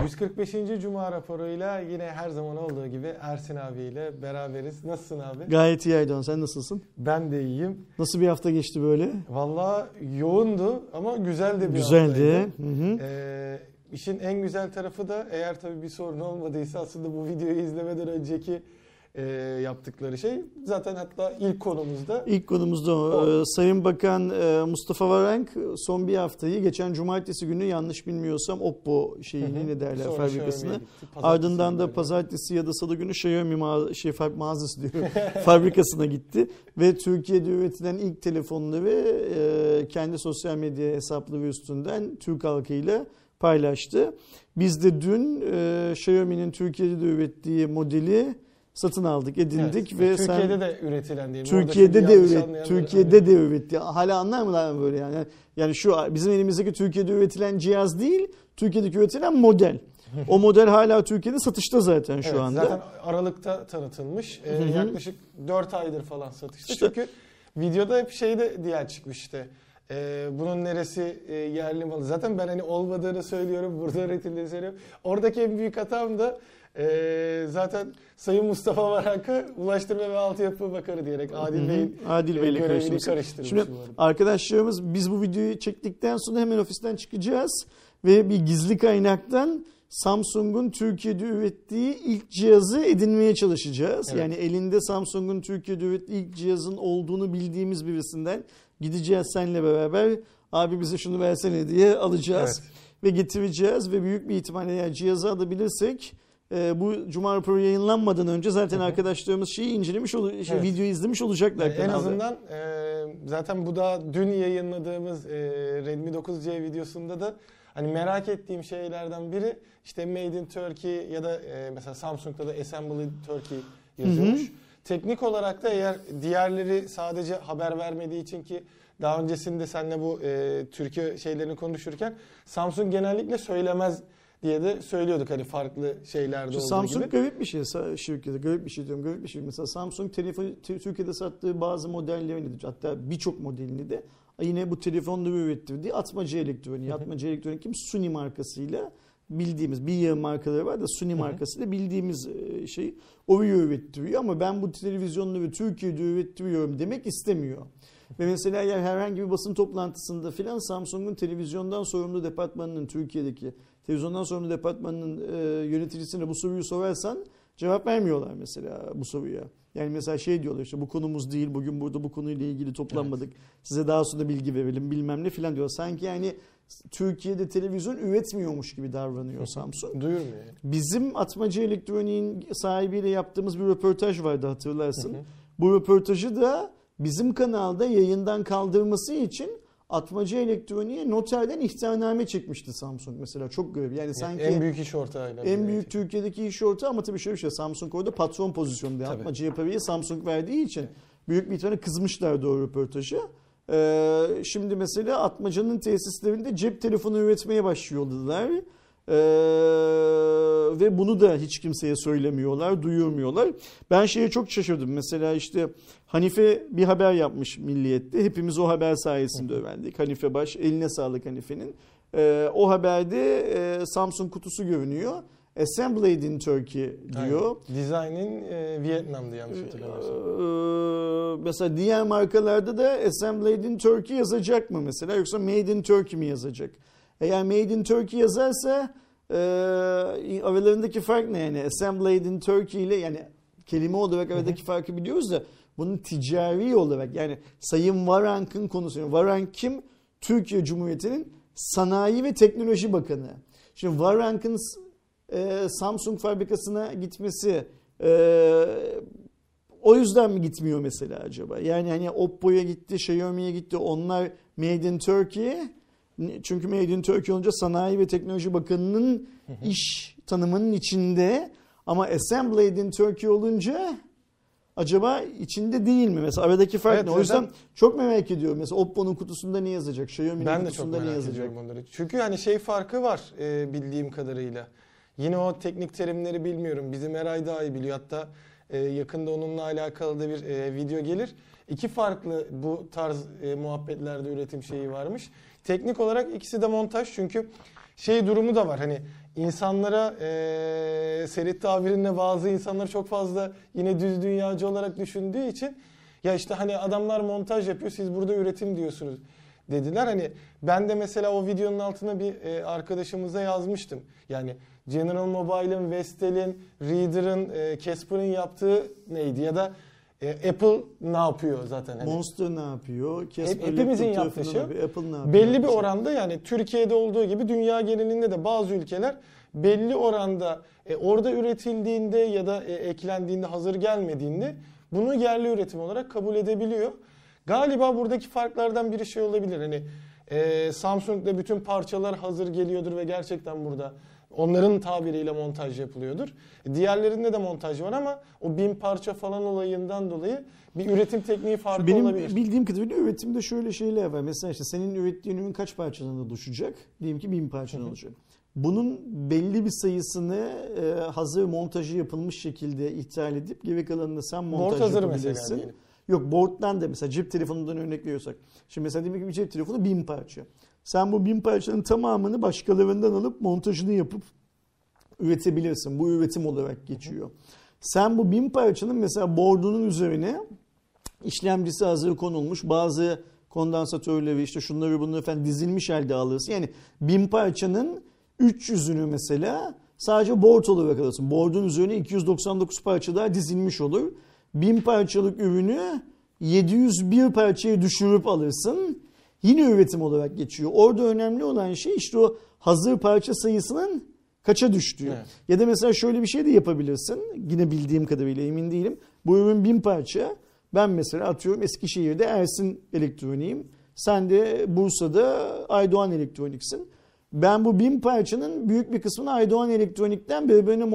145. Cuma raporuyla yine her zaman olduğu gibi Ersin abiyle beraberiz. Nasılsın abi? Gayet iyi Aydoğan. Sen nasılsın? Ben de iyiyim. Nasıl bir hafta geçti böyle? Vallahi yoğundu ama güzel de bir Güzeldi. haftaydı. İşin en güzel tarafı da eğer tabii bir sorun olmadıysa aslında bu videoyu izlemeden önceki yaptıkları şey zaten hatta ilk konumuzda. İlk konumuzda o. Sayın Bakan Mustafa Varank son bir haftayı geçen cumartesi günü yanlış bilmiyorsam Oppo ne derler fabrikasını. Ardından da pazartesi ya da salı günü Xiaomi mağazası diyor fabrikasına gitti ve Türkiye'de üretilen ilk telefonları kendi sosyal medya hesapları üstünden Türk halkıyla paylaştı. Biz de dün Xiaomi'nin Türkiye'de ürettiği modeli satın aldık, edindik, evet, ve Türkiye'de de üretilen diye. Türkiye'de de üretti. Hala anlar mı böyle yani? Yani şu bizim elimizdeki Türkiye'de üretilen cihaz değil, Türkiye'deki üretilen model. O model hala Türkiye'de satışta zaten şu anda. Zaten Aralık'ta tanıtılmış. Yaklaşık 4 aydır falan satışta. İşte, çünkü videoda hep de diye çıkmıştı. Bunun neresi yerli malı? Zaten ben hani olmadığını söylüyorum, burada üretildiğini söylüyorum. Oradaki en büyük hatam da zaten Sayın Mustafa Varank'a Ulaştırma ve Altyapı Bakanı diyerek Adil Bey'le karıştırmış. Şimdi arkadaşlarımız biz bu videoyu çektikten sonra hemen ofisten çıkacağız ve bir gizli kaynaktan Samsung'un Türkiye'de ürettiği ilk cihazı edinmeye çalışacağız. Evet. Yani elinde Samsung'un Türkiye'de ürettiği ilk cihazın olduğunu bildiğimiz birisinden gideceğiz seninle beraber. Abi bize şunu versene diye alacağız. Evet. Ve getireceğiz ve büyük bir ihtimalle eğer cihazı alabilirsek bu Cuma raporu yayınlanmadan önce zaten arkadaşlarımız incelemiş videoyu izlemiş olacaklar kanalda. En azından zaten bu da dün yayınladığımız Redmi 9C videosunda da hani merak ettiğim şeylerden biri işte Made in Turkey ya da mesela Samsung'da da Assembled in Turkey yazıyormuş. Hı hı. Teknik olarak da eğer diğerleri sadece haber vermediği için ki daha öncesinde seninle bu Türkiye şeylerini konuşurken Samsung genellikle söylemez diye de söylüyorduk hani farklı şeylerde olduğu Samsung gibi. Garip bir şey şirketi. Garip bir şey. Mesela Samsung Türkiye'de sattığı bazı modellerini de hatta birçok modelini de yine bu telefonları ürettirdiği Atmaca Elektronik. Atmaca Elektronik kim? Suni markasıyla bildiğimiz bir yığın markaları var da Suni markasıyla bildiğimiz o ürettiriyor ama ben bu televizyonları Türkiye'de ürettiriyorum demek istemiyor. Ve mesela eğer herhangi bir basın toplantısında filan Samsung'un televizyondan sorumlu departmanının Türkiye'deki televizyondan sorumlu departmanının yöneticisine bu soruyu sorarsan cevap vermiyorlar mesela bu soruya. Yani mesela diyorlar işte bu konumuz değil, bugün burada bu konuyla ilgili toplanmadık. Evet. Size daha sonra bilgi verelim bilmem ne filan diyor. Sanki yani Türkiye'de televizyon üretmiyormuş gibi davranıyor Samsung. Duyurmuyor yani. Bizim Atmaca Elektronik'in sahibiyle yaptığımız bir röportaj vardı hatırlarsın. Bu röportajı da bizim kanalda yayından kaldırması için Atmaca Elektronik'e noterden ihtarname çekmişti Samsung mesela. Çok garip. Yani sanki en büyük iş ortağıyla. En büyük Türkiye'deki iş ortağı ama tabii şöyle bir şey. Samsung orada patron pozisyonunda. Atmaca yapabilir Samsung verdiği için büyük bir ihtimalle kızmışlardı o röportajı. Şimdi mesela Atmaca'nın tesislerinde cep telefonu üretmeye başlıyorlar. Ve bunu da hiç kimseye söylemiyorlar, duyurmuyorlar. Ben çok şaşırdım. Mesela işte Hanife bir haber yapmış Milliyet'te. Hepimiz o haber sayesinde öğrendik. Hanife Baş, eline sağlık Hanife'nin. O haberde Samsung kutusu görünüyor. Assembled in Turkey diyor. Design Vietnam'da yanlış hatırlamıyorsam. Mesela diğer markalarda da Assembled in Turkey yazacak mı mesela yoksa Made in Turkey mi yazacak? Eğer Made in Turkey yazarsa aralarındaki fark ne yani? Assembled in Turkey ile yani kelime olarak aradaki farkı biliyoruz da bunun ticari olarak yani Sayın Varank'ın konusu. Varank kim? Türkiye Cumhuriyeti'nin Sanayi ve Teknoloji Bakanı. Şimdi Varank'ın Samsung fabrikasına gitmesi o yüzden mi gitmiyor mesela acaba? Yani hani Oppo'ya gitti, Xiaomi'ye gitti. Onlar Made in Turkey. Çünkü Made in Turkey olunca Sanayi ve Teknoloji Bakanı'nın iş tanımının içinde ama Assembled in Turkey olunca acaba içinde değil mi? Mesela aradaki fark ne? O yüzden çok merak ediyorum. Mesela Oppo'nun kutusunda ne yazacak? Xiaomi'nin kutusunda ne yazacak? Onları. Çünkü hani farkı var bildiğim kadarıyla. Yine o teknik terimleri bilmiyorum. Bizim Eray daha iyi biliyor. Hatta yakında onunla alakalı da bir video gelir. İki farklı bu tarz muhabbetlerde üretim şeyi varmış. teknik olarak ikisi de montaj, çünkü şey durumu da var, hani insanlara Serit tabirinde bazı insanlar çok fazla yine düz dünyacı olarak düşündüğü için ya işte hani adamlar montaj yapıyor, siz burada üretim diyorsunuz dediler. Hani ben de mesela o videonun altına bir arkadaşımıza yazmıştım. Yani General Mobile'ın, Vestel'in, Reader'ın, Casper'ın yaptığı neydi ya da Apple ne yapıyor zaten? Hani Monster ne yapıyor? Hepimizin yaptığı şey. Apple ne yapıyor? Belli bir oranda, yani Türkiye'de olduğu gibi dünya genelinde de bazı ülkeler belli oranda orada üretildiğinde ya da eklendiğinde, hazır gelmediğinde bunu yerli üretim olarak kabul edebiliyor. Galiba buradaki farklardan biri şey olabilir. Hani Samsung'da bütün parçalar hazır geliyordur ve gerçekten burada onların tabiriyle montaj yapılıyordur. Diğerlerinde de montaj var ama o 1000 parça falan olayından dolayı bir üretim tekniği farkı olabilir. Benim bildiğim kadarıyla üretimde şöyle şeyler var. Mesela işte senin ürettiğin ürün kaç parçadan oluşacak? Diyelim ki 1000 parçadan olacak. Bunun belli bir sayısını hazır montajı yapılmış şekilde ithal edip geri kalanını sen montaj yapabilirsin. Yok, board'dan da mesela cep telefonundan örnek veriyorsak. Şimdi mesela diyelim ki bir cep telefonu 1000 parça. Sen bu 1000 parçanın tamamını başkalarından alıp montajını yapıp üretebilirsin. Bu üretim olarak geçiyor. Sen bu 1000 parçanın mesela board'unun üzerine işlemcisi hazır konulmuş, bazı kondansatörleri, işte şunları bunları falan dizilmiş halde alırsın. Yani 1000 parçanın 300'ünü mesela sadece board olarak alırsın. Board'un üzerine 299 parça daha dizilmiş olur. 1000 parçalık ürünü 701 parçaya düşürüp alırsın. Yine üretim olarak geçiyor. Orada önemli olan şey işte o hazır parça sayısının kaça düştüğü. Evet. Ya da mesela şöyle bir şey de yapabilirsin. Yine bildiğim kadarıyla, emin değilim. Bu ürün 1000 parça. Ben mesela atıyorum Eskişehir'de Ersin Elektronik'im. Sen de Bursa'da Aydoğan Elektronik'sin. Ben bu 1000 parçanın büyük bir kısmını Aydoğan Elektronik'ten birbirine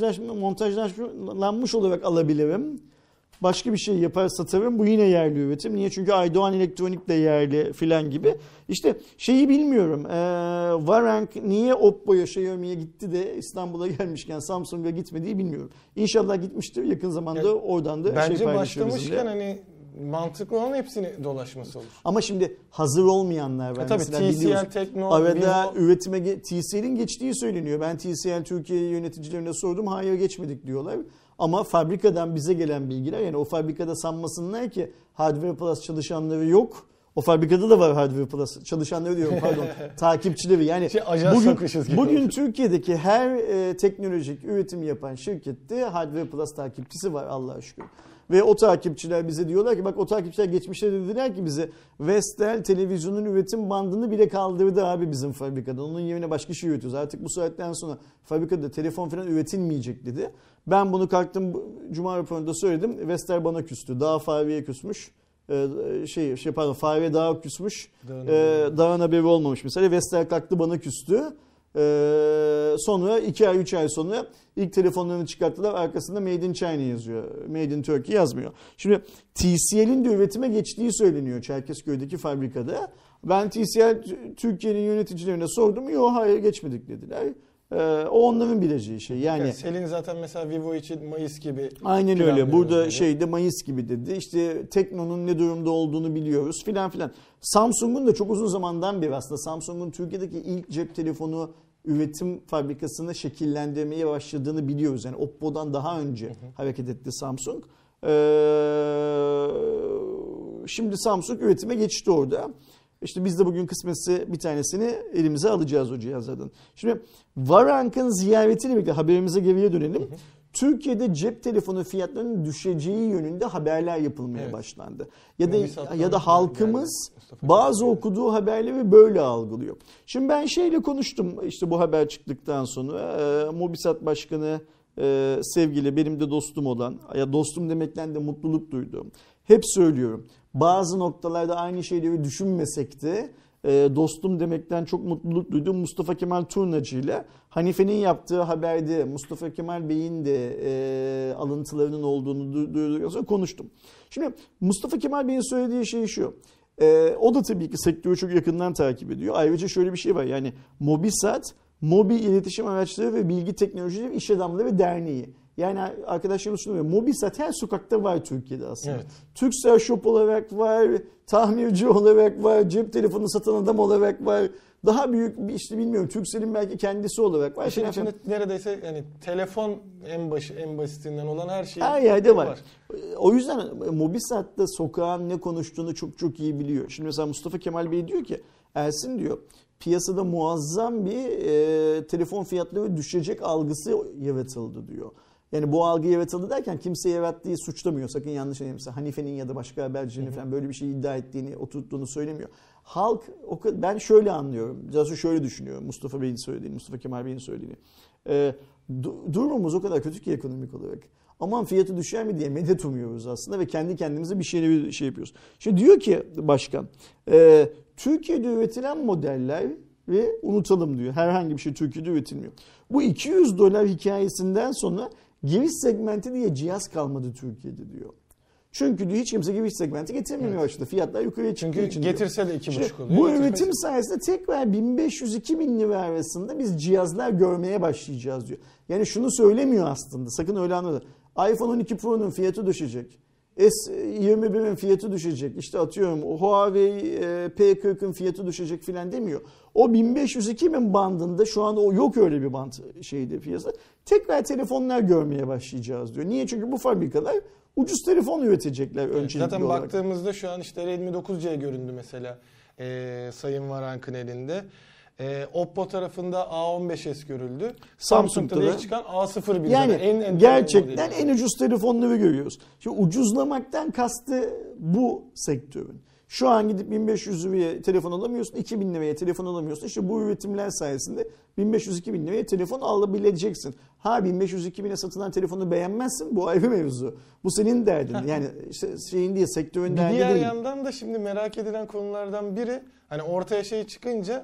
montajlanmış olarak alabilirim. Başka bir şey yapar satarım. Bu yine yerli üretim. Niye? Çünkü Aydoğan Elektronik de yerli filan gibi. İşte şeyi bilmiyorum. Varank niye Oppo'ya, Xiaomi'ye gitti de İstanbul'a gelmişken Samsung'a gitmediği bilmiyorum. İnşallah gitmiştir. Yakın zamanda yani, oradan da bence başlamışken hani mantıklı olan hepsini dolaşması olur. Ama şimdi hazır olmayanlar var. Tabii TCL, Tekno, arada üretime TCL'in geçtiği söyleniyor. Ben TCL Türkiye yöneticilerine sordum. Hayır, geçmedik diyorlar. Ama fabrikadan bize gelen bilgiler, yani o fabrikada sanmasınlar ki Hardware Plus çalışanları yok. O fabrikada da var Hardware Plus çalışanları diyorum, pardon, takipçileri. Yani bugün Türkiye'deki her teknolojik üretim yapan şirkette Hardware Plus takipçisi var Allah'a şükür. Ve o takipçiler bize diyorlar ki bak, o takipçiler geçmişte dediler ki bize Vestel televizyonun üretim bandını bile kaldırdı abi bizim fabrikadan. Onun yerine başka şey üretiyoruz. Artık bu saatten sonra fabrikada telefon falan üretilmeyecek dedi. Ben bunu kalktım Cuma raporunda söyledim. Vestel bana küstü. Dağ fareye küsmüş. Fare dağa küsmüş. Dağın haberi olmamış mesela. Vestel kalktı bana küstü. Sonra 2 ay 3 ay sonra ilk telefonlarını çıkarttılar, arkasında Made in China yazıyor, Made in Turkey yazmıyor. Şimdi TCL'in de üretime geçtiği söyleniyor Çerkezköy'deki fabrikada. Ben TCL Türkiye'nin yöneticilerine sordum, yok hayır geçmedik dediler. O onların bileceği şey. Yani Selin zaten mesela Vivo için Mayıs gibi. Aynen öyle. Burada şeyde Mayıs gibi dedi. İşte Tekno'nun ne durumda olduğunu biliyoruz filan filan. Samsung'un da çok uzun zamandan beri aslında Samsung'un Türkiye'deki ilk cep telefonu üretim fabrikasını şekillendirmeye başladığını biliyoruz. Yani Oppo'dan daha önce hareket etti Samsung. Şimdi Samsung üretime geçti orada. İşte biz de bugün kısmetse bir tanesini elimize alacağız o cihazlardan. Şimdi Varank'ın ziyaretiyle birlikte haberimize geriye dönelim. Türkiye'de cep telefonu fiyatlarının düşeceği yönünde haberler yapılmaya başlandı. Ya da halkımız bazı okuduğu haberleri böyle algılıyor. Şimdi ben şeyle konuştum işte bu haber çıktıktan sonra. Mobisat Başkanı sevgili, benim de dostum olan, ya dostum demekten de mutluluk duydum. Hep söylüyorum. Bazı noktalarda aynı şeyleri düşünmesek de dostum demekten çok mutluluk duydum. Mustafa Kemal Turnacı ile Hanife'nin yaptığı haberde Mustafa Kemal Bey'in de alıntılarının olduğunu duyduğum sonra konuştum. Şimdi Mustafa Kemal Bey'in söylediği şey şu. O da tabii ki sektörü çok yakından takip ediyor. Ayrıca şöyle bir şey var, yani Mobisat, Mobil İletişim Araçları ve Bilgi Teknolojileri İş Adamları Derneği. Yani arkadaşlarımız şunu diyor. Mobilsat her sokakta var Türkiye'de aslında. Evet. Turkcell Shop olarak var, tamirci olarak var, cep telefonu satan adam olarak var. Daha büyük bir işte bilmiyorum Turkcell'in belki kendisi olarak var. İşin içinde neredeyse yani telefon en basitinden olan her şey her yerde var. O yüzden Mobilsat'ta sokağın ne konuştuğunu çok çok iyi biliyor. Şimdi mesela Mustafa Kemal Bey diyor ki Ersin diyor piyasada muazzam bir telefon fiyatları düşecek algısı yaratıldı diyor. Yani bu algı yaratıldı derken kimseye yarattığı suçlamıyor. Sakın yanlış anlamayın. Mesela Hanife'nin ya da başka habercinin falan böyle bir şey iddia ettiğini, oturttuğunu söylemiyor. Halk, ben şöyle anlıyorum. Biraz şöyle düşünüyorum Mustafa Bey'in söylediğini, Mustafa Kemal Bey'in söylediğini. Durumumuz o kadar kötü ki ekonomik olarak. Aman fiyatı düşer mi diye medet umuyoruz aslında ve kendi kendimize bir şey yapıyoruz. Şimdi diyor ki başkan, Türkiye'de üretilen modeller ve unutalım diyor. Herhangi bir şey Türkiye'de üretilmiyor. Bu $200 hikayesinden sonra giriş segmenti diye cihaz kalmadı Türkiye'de diyor. Çünkü diyor hiç kimse giriş segmenti getirmiyor başladı. Fiyatlar yukarıya çıktığı için diyor. Getirse de 2,5 oluyor. Bu üretim sayesinde tekrar 1500-2000 lira arasında biz cihazlar görmeye başlayacağız diyor. Yani şunu söylemiyor aslında. Sakın öyle anlamayın. iPhone 12 Pro'nun fiyatı düşecek. S21'in fiyatı düşecek. İşte atıyorum Huawei P40'ın fiyatı düşecek filan demiyor. O 1500-2000 bandında şu anda o yok öyle bir band şeyde piyasa. Tekrar telefonlar görmeye başlayacağız diyor. Niye? Çünkü bu fabrikalar ucuz telefon üretecekler öncelikli zaten olarak. baktığımızda şu an işte Redmi 9C göründü mesela Sayın Varank'ın elinde. Oppo tarafında A15s görüldü. Samsung'da da ilk çıkan A01. Yani en gerçekten en ucuz telefonları görüyoruz. Şimdi ucuzlamaktan kastı bu sektörün. Şu an gidip 1500 liraya telefon alamıyorsun, 2000 liraya telefon alamıyorsun. İşte bu üretimler sayesinde 1500-2000 liraya telefon alabileceksin. Ha 1500-2000'e satılan telefonu beğenmezsin, bu ayrı mevzu. Bu senin derdin. Yani işte şeyin değil, sektörün derdi değil. Diğer yandan da şimdi merak edilen konulardan biri, hani ortaya şey çıkınca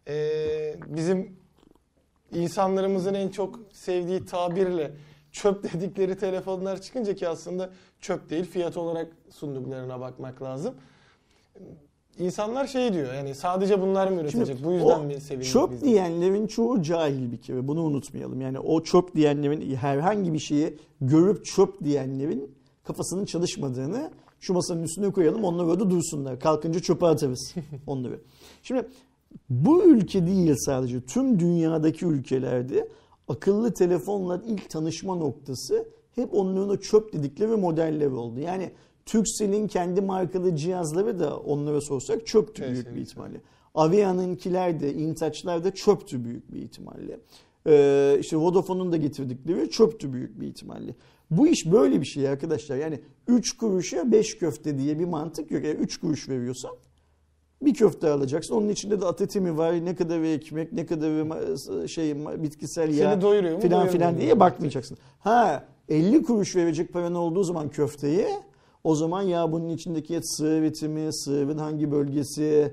bizim insanlarımızın en çok sevdiği tabirle çöp dedikleri telefonlar çıkınca, ki aslında çöp değil, fiyat olarak sunduklarına bakmak lazım. İnsanlar şey diyor, yani sadece bunlar mı üretecek? Şimdi, bu yüzden mi sevindik çöp biz diyenlerin çoğu cahil bir kere. Bunu unutmayalım. Yani o çöp diyenlerin, herhangi bir şeyi görüp çöp diyenlerin kafasının çalışmadığını şu masanın üstüne koyalım. Onlar orada dursunlar. Kalkınca çöpe atarız onları. Şimdi bu ülke değil sadece, tüm dünyadaki ülkelerde akıllı telefonla ilk tanışma noktası hep onların o çöp dedikleri modeller oldu. Yani Turkcell'in kendi markalı cihazları da onlara sorsak çöptü büyük bir ihtimalle. Avia'nınkiler de, InTouch'lar da çöptü büyük bir ihtimalle. İşte Vodafone'un da getirdikleri çöptü büyük bir ihtimalle. Bu iş böyle bir şey arkadaşlar. Yani 3 kuruşa 5 köfte diye bir mantık yok. Yani 3 kuruş veriyorsan bir köfte alacaksın. Onun içinde de at eti mi var, ne kadar ekmek, ne kadar bitkisel yağ filan diye bakmayacaksın. Ha 50 kuruş verecek paran olduğu zaman köfteye, o zaman ya bunun içindeki et sığır eti mi, sığırın hangi bölgesi,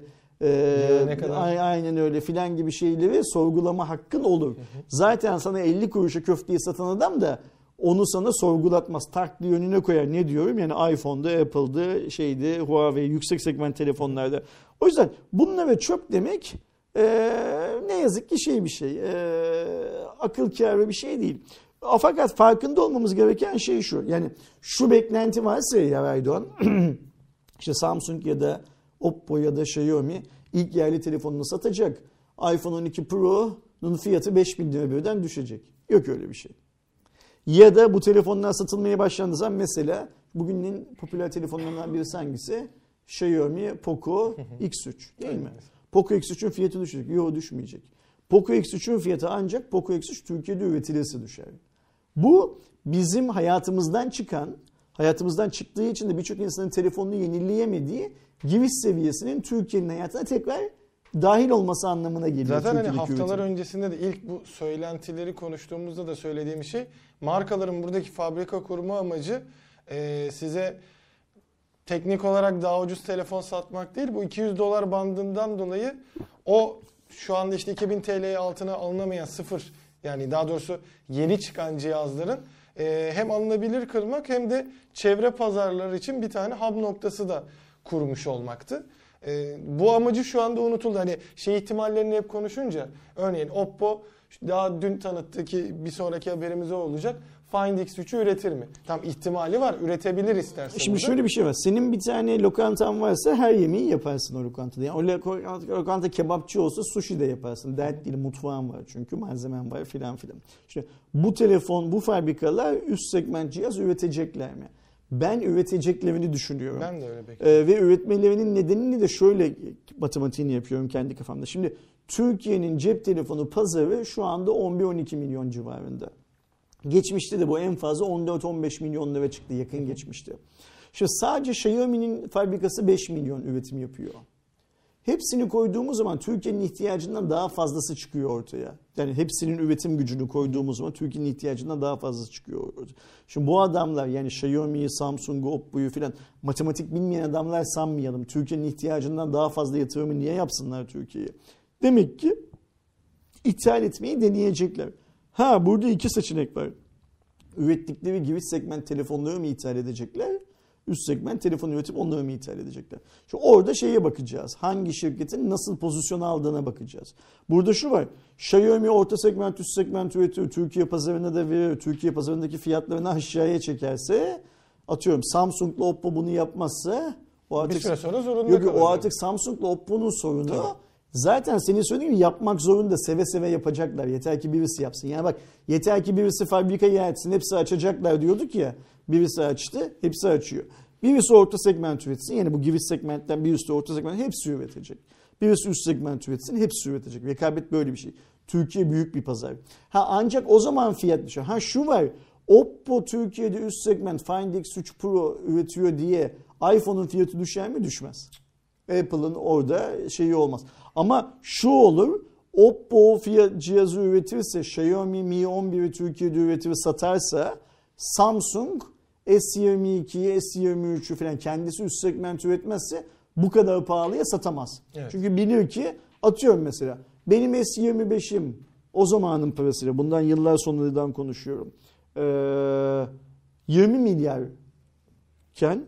aynen öyle filan gibi şeyleri sorgulama hakkın olur. Zaten sana 50 kuruşa köfteyi satan adam da onu sana sorgulatmaz. Tak diye önüne koyar. Ne diyorum? Yani iPhone'da, Apple'da, Huawei, yüksek segment telefonlarda. O yüzden bunlara çöp demek ne yazık ki bir şey. Akıl kârı bir şey değil. Fakat farkında olmamız gereken şey şu. Yani şu beklenti varsa ya Erdoğan, işte Samsung ya da Oppo ya da Xiaomi ilk yerli telefonunu satacak. iPhone 12 Pro'nun fiyatı 5.000 lira birden düşecek. Yok öyle bir şey. Ya da bu telefonlar satılmaya başlandığı zaman mesela bugünün popüler telefonlarından birisi hangisi? Xiaomi Poco X3 değil mi? Poco X3'ün fiyatı düşecek. Yok, düşmeyecek. Poco X3'ün fiyatı ancak Poco X3 Türkiye'de üretilirse düşer. Bu bizim hayatımızdan çıktığı için de birçok insanın telefonunu yenileyemediği giriş seviyesinin Türkiye'nin hayatına tekrar dahil olması anlamına geliyor. Zaten hani haftalar öncesinde de ilk bu söylentileri konuştuğumuzda da söylediğim şey, markaların buradaki fabrika kurma amacı size teknik olarak daha ucuz telefon satmak değil. Bu $200 bandından dolayı o şu anda işte 2000 TL'ye altına alınamayan sıfır, yani daha doğrusu yeni çıkan cihazların hem alınabilir kılmak hem de çevre pazarları için bir tane hub noktası da kurmuş olmaktı. Bu amacı şu anda unutuldu. Hani ihtimallerini hep konuşunca, örneğin Oppo daha dün tanıttı ki bir sonraki haberimiz o olacak. Find X3'ü üretir mi? Tam ihtimali var. Üretebilir istersen. Şimdi şöyle bir şey var. Senin bir tane lokantan varsa her yemeği yaparsın o lokantada. Yani o lokanta kebapçı olsa sushi de yaparsın. Dert değil, mutfağın var çünkü malzemen var filan filan. İşte bu telefon, bu fabrikalar üst segment cihaz üretecekler mi? Ben üreteceklerini düşünüyorum. Ben de öyle bekliyorum. Ve üretmelerinin nedenini de şöyle matematiğini yapıyorum kendi kafamda. Şimdi Türkiye'nin cep telefonu pazarı şu anda 11-12 milyon civarında. Geçmişte de bu en fazla 14-15 milyon lira çıktı yakın geçmişte. Şimdi sadece Xiaomi'nin fabrikası 5 milyon üretim yapıyor. Hepsini koyduğumuz zaman Türkiye'nin ihtiyacından daha fazlası çıkıyor ortaya. Yani hepsinin üretim gücünü koyduğumuz zaman Türkiye'nin ihtiyacından daha fazlası çıkıyor ortaya. Şimdi bu adamlar yani Xiaomi'yi, Samsung'u, Oppo'yu filan matematik bilmeyen adamlar sanmayalım. Türkiye'nin ihtiyacından daha fazla yatırımı niye yapsınlar Türkiye'ye? Demek ki ithal etmeyi deneyecekler. Burada iki seçenek var. Ürettikleri giriş segment telefonları mı ithal edecekler? Üst segment telefon üretip onları mı ithal edecekler? Şimdi orada şeye bakacağız. Hangi şirketin nasıl pozisyon aldığına bakacağız. Burada şu var. Xiaomi orta segment, üst segment üretiyor. Türkiye pazarına da veriyor. Türkiye pazarındaki fiyatlarını aşağıya çekerse, atıyorum Samsung'la Oppo bunu yapmazsa o artık, bir süre sonra zorunda kalacak. O artık Samsung'la Oppo'nun sorunu. Tabii. Zaten senin söylediğin gibi yapmak zorunda, seve seve yapacaklar. Yeter ki birisi yapsın. Yani bak, yeter ki birisi fabrikayı açsın, hepsi açacaklar diyorduk ya. Birisi açtı, hepsi açıyor. Birisi orta segment üretsin. Yani bu giriş segmentten bir üstü orta segment hepsi üretecek. Birisi üst segment üretsin, hepsi üretecek. Rekabet böyle bir şey. Türkiye büyük bir pazar. Ancak o zaman fiyat düşüyor. Şu var. Oppo Türkiye'de üst segment Find X3 Pro üretiyor diye iPhone'un fiyatı düşer mi? Düşmez. Apple'ın orada şeyi olmaz. Ama şu olur. Oppo fiyat cihazı üretirse, Xiaomi Mi 11'i Türkiye'de üretir satarsa, Samsung S22'yi, S23'ü falan kendisi üst segment üretmezse bu kadar pahalıya satamaz. Evet. Çünkü bilir ki, atıyorum mesela benim S25'im o zamanın parasıyla, bundan yıllar sonradan konuşuyorum, 20 milyarken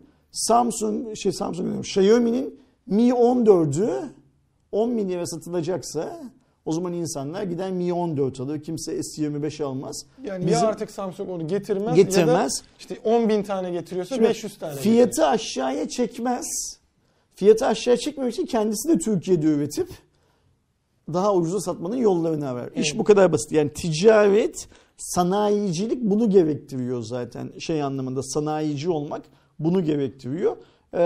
Xiaomi'nin Mi 14'ü 10 milyara satılacaksa, o zaman insanlar gider Mi 14 alır. Kimse S25 almaz. Yani ya artık Samsung onu getirmez ya da işte 10.000 tane getiriyorsa şimdi 500 tane fiyatı getirir. Aşağıya çekmez. Fiyatı aşağıya çekmemek için kendisi de Türkiye'de üretip daha ucuza satmanın yollarını arar. Evet. İş bu kadar basit. Yani ticaret, sanayicilik bunu gerektiriyor zaten. Anlamında sanayici olmak bunu gerektiriyor.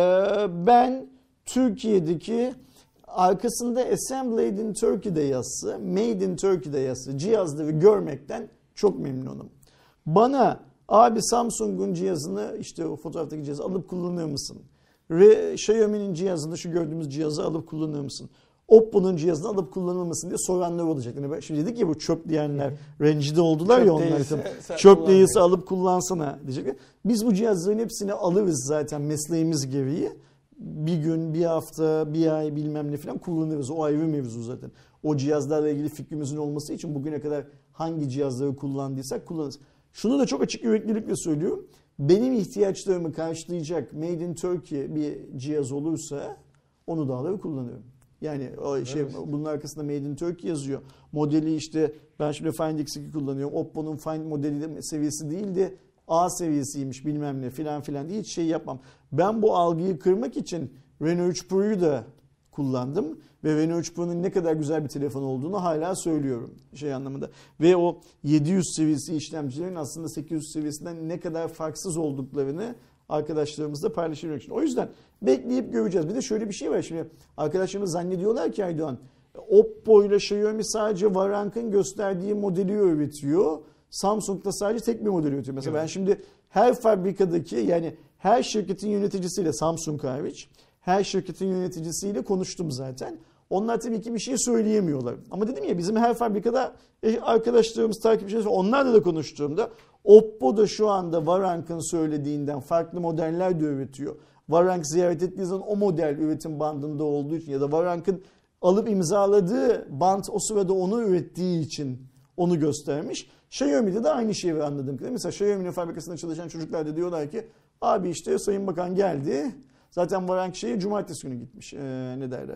Ben Türkiye'deki arkasında Assembled in Turkey'de yazısı, Made in Turkey'de yazısı cihazları görmekten çok memnunum. Bana abi Samsung'un cihazını, işte o fotoğraftaki cihazı alıp kullanır mısın? Xiaomi'nin cihazını, şu gördüğümüz cihazı alıp kullanır mısın? Oppo'nun cihazını alıp kullanır mısın diye soranlar olacak. Yani şimdi dedik ya, bu çöp diyenler rencide oldular ya onlar. Çöp değilse alıp kullansana diyecekler. Biz bu cihazların hepsini alırız zaten mesleğimiz gereği. Bir gün, bir hafta, bir ay bilmem ne falan kullanırız. O ayrı mevzu zaten. O cihazlarla ilgili fikrimizin olması için bugüne kadar hangi cihazları kullandıysak kullanırız. Şunu da çok açık yüreklilikle söylüyorum. Benim ihtiyaçlarımı karşılayacak Made in Turkey bir cihaz olursa onu da alır kullanıyorum. Yani bunun arkasında Made in Turkey yazıyor. Modeli işte ben şimdi Find X2 kullanıyorum. Oppo'nun Find modeli seviyesi değil de A seviyesiymiş bilmem ne filan filan diye hiç şey yapmam. Ben bu algıyı kırmak için Reno 3 Pro'yu da kullandım. Ve Reno 3 Pro'nun ne kadar güzel bir telefon olduğunu hala söylüyorum anlamında. Ve o 700 seviyesi işlemcilerin aslında 800 seviyesinden ne kadar farksız olduklarını arkadaşlarımızla paylaşmak için. O yüzden bekleyip göreceğiz. Bir de şöyle bir şey var. Şimdi arkadaşlarımız zannediyorlar ki Aydoğan, Oppo ile Xiaomi sadece Varank'ın gösterdiği modeli üretiyor. Samsung'da sadece tek bir model üretiyor. Mesela ben şimdi her fabrikadaki, yani her şirketin yöneticisiyle, Samsung hariç, her şirketin yöneticisiyle konuştum zaten. Onlar tabii ki bir şey söyleyemiyorlar. Ama dedim ya, bizim her fabrikada arkadaşlarımız, takipçilerimiz, onlarla da konuştuğumda Oppo da şu anda Varank'ın söylediğinden farklı modeller de üretiyor. Varank ziyaret ettiği zaman o model üretim bandında olduğu için ya da Varank'ın alıp imzaladığı band o sırada onu ürettiği için onu göstermiş. Xiaomi'de de aynı şeyi anladığım kadarıyla. Mesela Xiaomi'nin fabrikasında çalışan çocuklar da diyorlar ki abi işte Sayın Bakan geldi. Zaten Varank cumartesi günü gitmiş.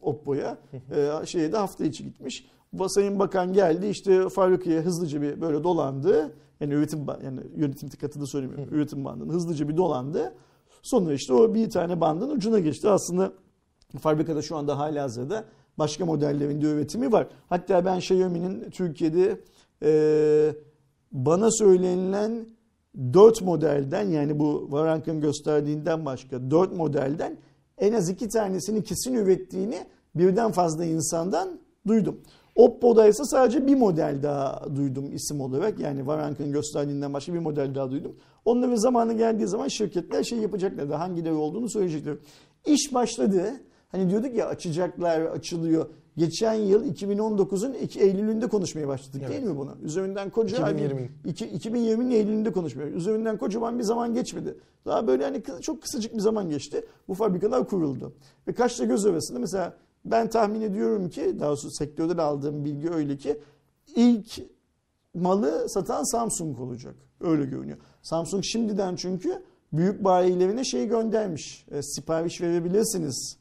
Oppo'ya. Şeye de hafta içi gitmiş. Sayın Bakan geldi işte fabrikaya hızlıca bir böyle dolandı. Yani yönetim katını söylemiyorum. Üretim bandını hızlıca bir dolandı. Sonra işte o bir tane bandın ucuna geçti. Aslında fabrikada şu anda halihazırda başka modellerin de üretimi var. Hatta ben Xiaomi'nin Türkiye'de bana söylenilen 4 modelden, yani bu Varank'ın gösterdiğinden başka 4 modelden en az 2 tanesini kesin ürettiğini birden fazla insandan duydum. Oppo'da ise sadece bir model daha duydum isim olarak. Yani Varank'ın gösterdiğinden başka bir model daha duydum. Onların zamanı geldiği zaman şirketler şey yapacaklar da hangileri olduğunu söyleyecekler. İş başladı. Hani diyorduk ya açacaklar, açılıyor. Geçen yıl 2019'un Eylül'ünde konuşmaya başladık, evet, değil mi bunu? Üzerinden koca 2020'nin Eylül'ünde konuşmaya. Üzerinden kocaman bir zaman geçmedi. Daha böyle hani çok kısacık bir zaman geçti. Bu fabrikalar kuruldu. Ve kaçta göz arasında mesela ben tahmin ediyorum ki, daha doğrusu sektörden aldığım bilgi öyle ki ilk malı satan Samsung olacak. Öyle görünüyor. Samsung şimdiden çünkü büyük bayilerine şey göndermiş. Sipariş verebilirsiniz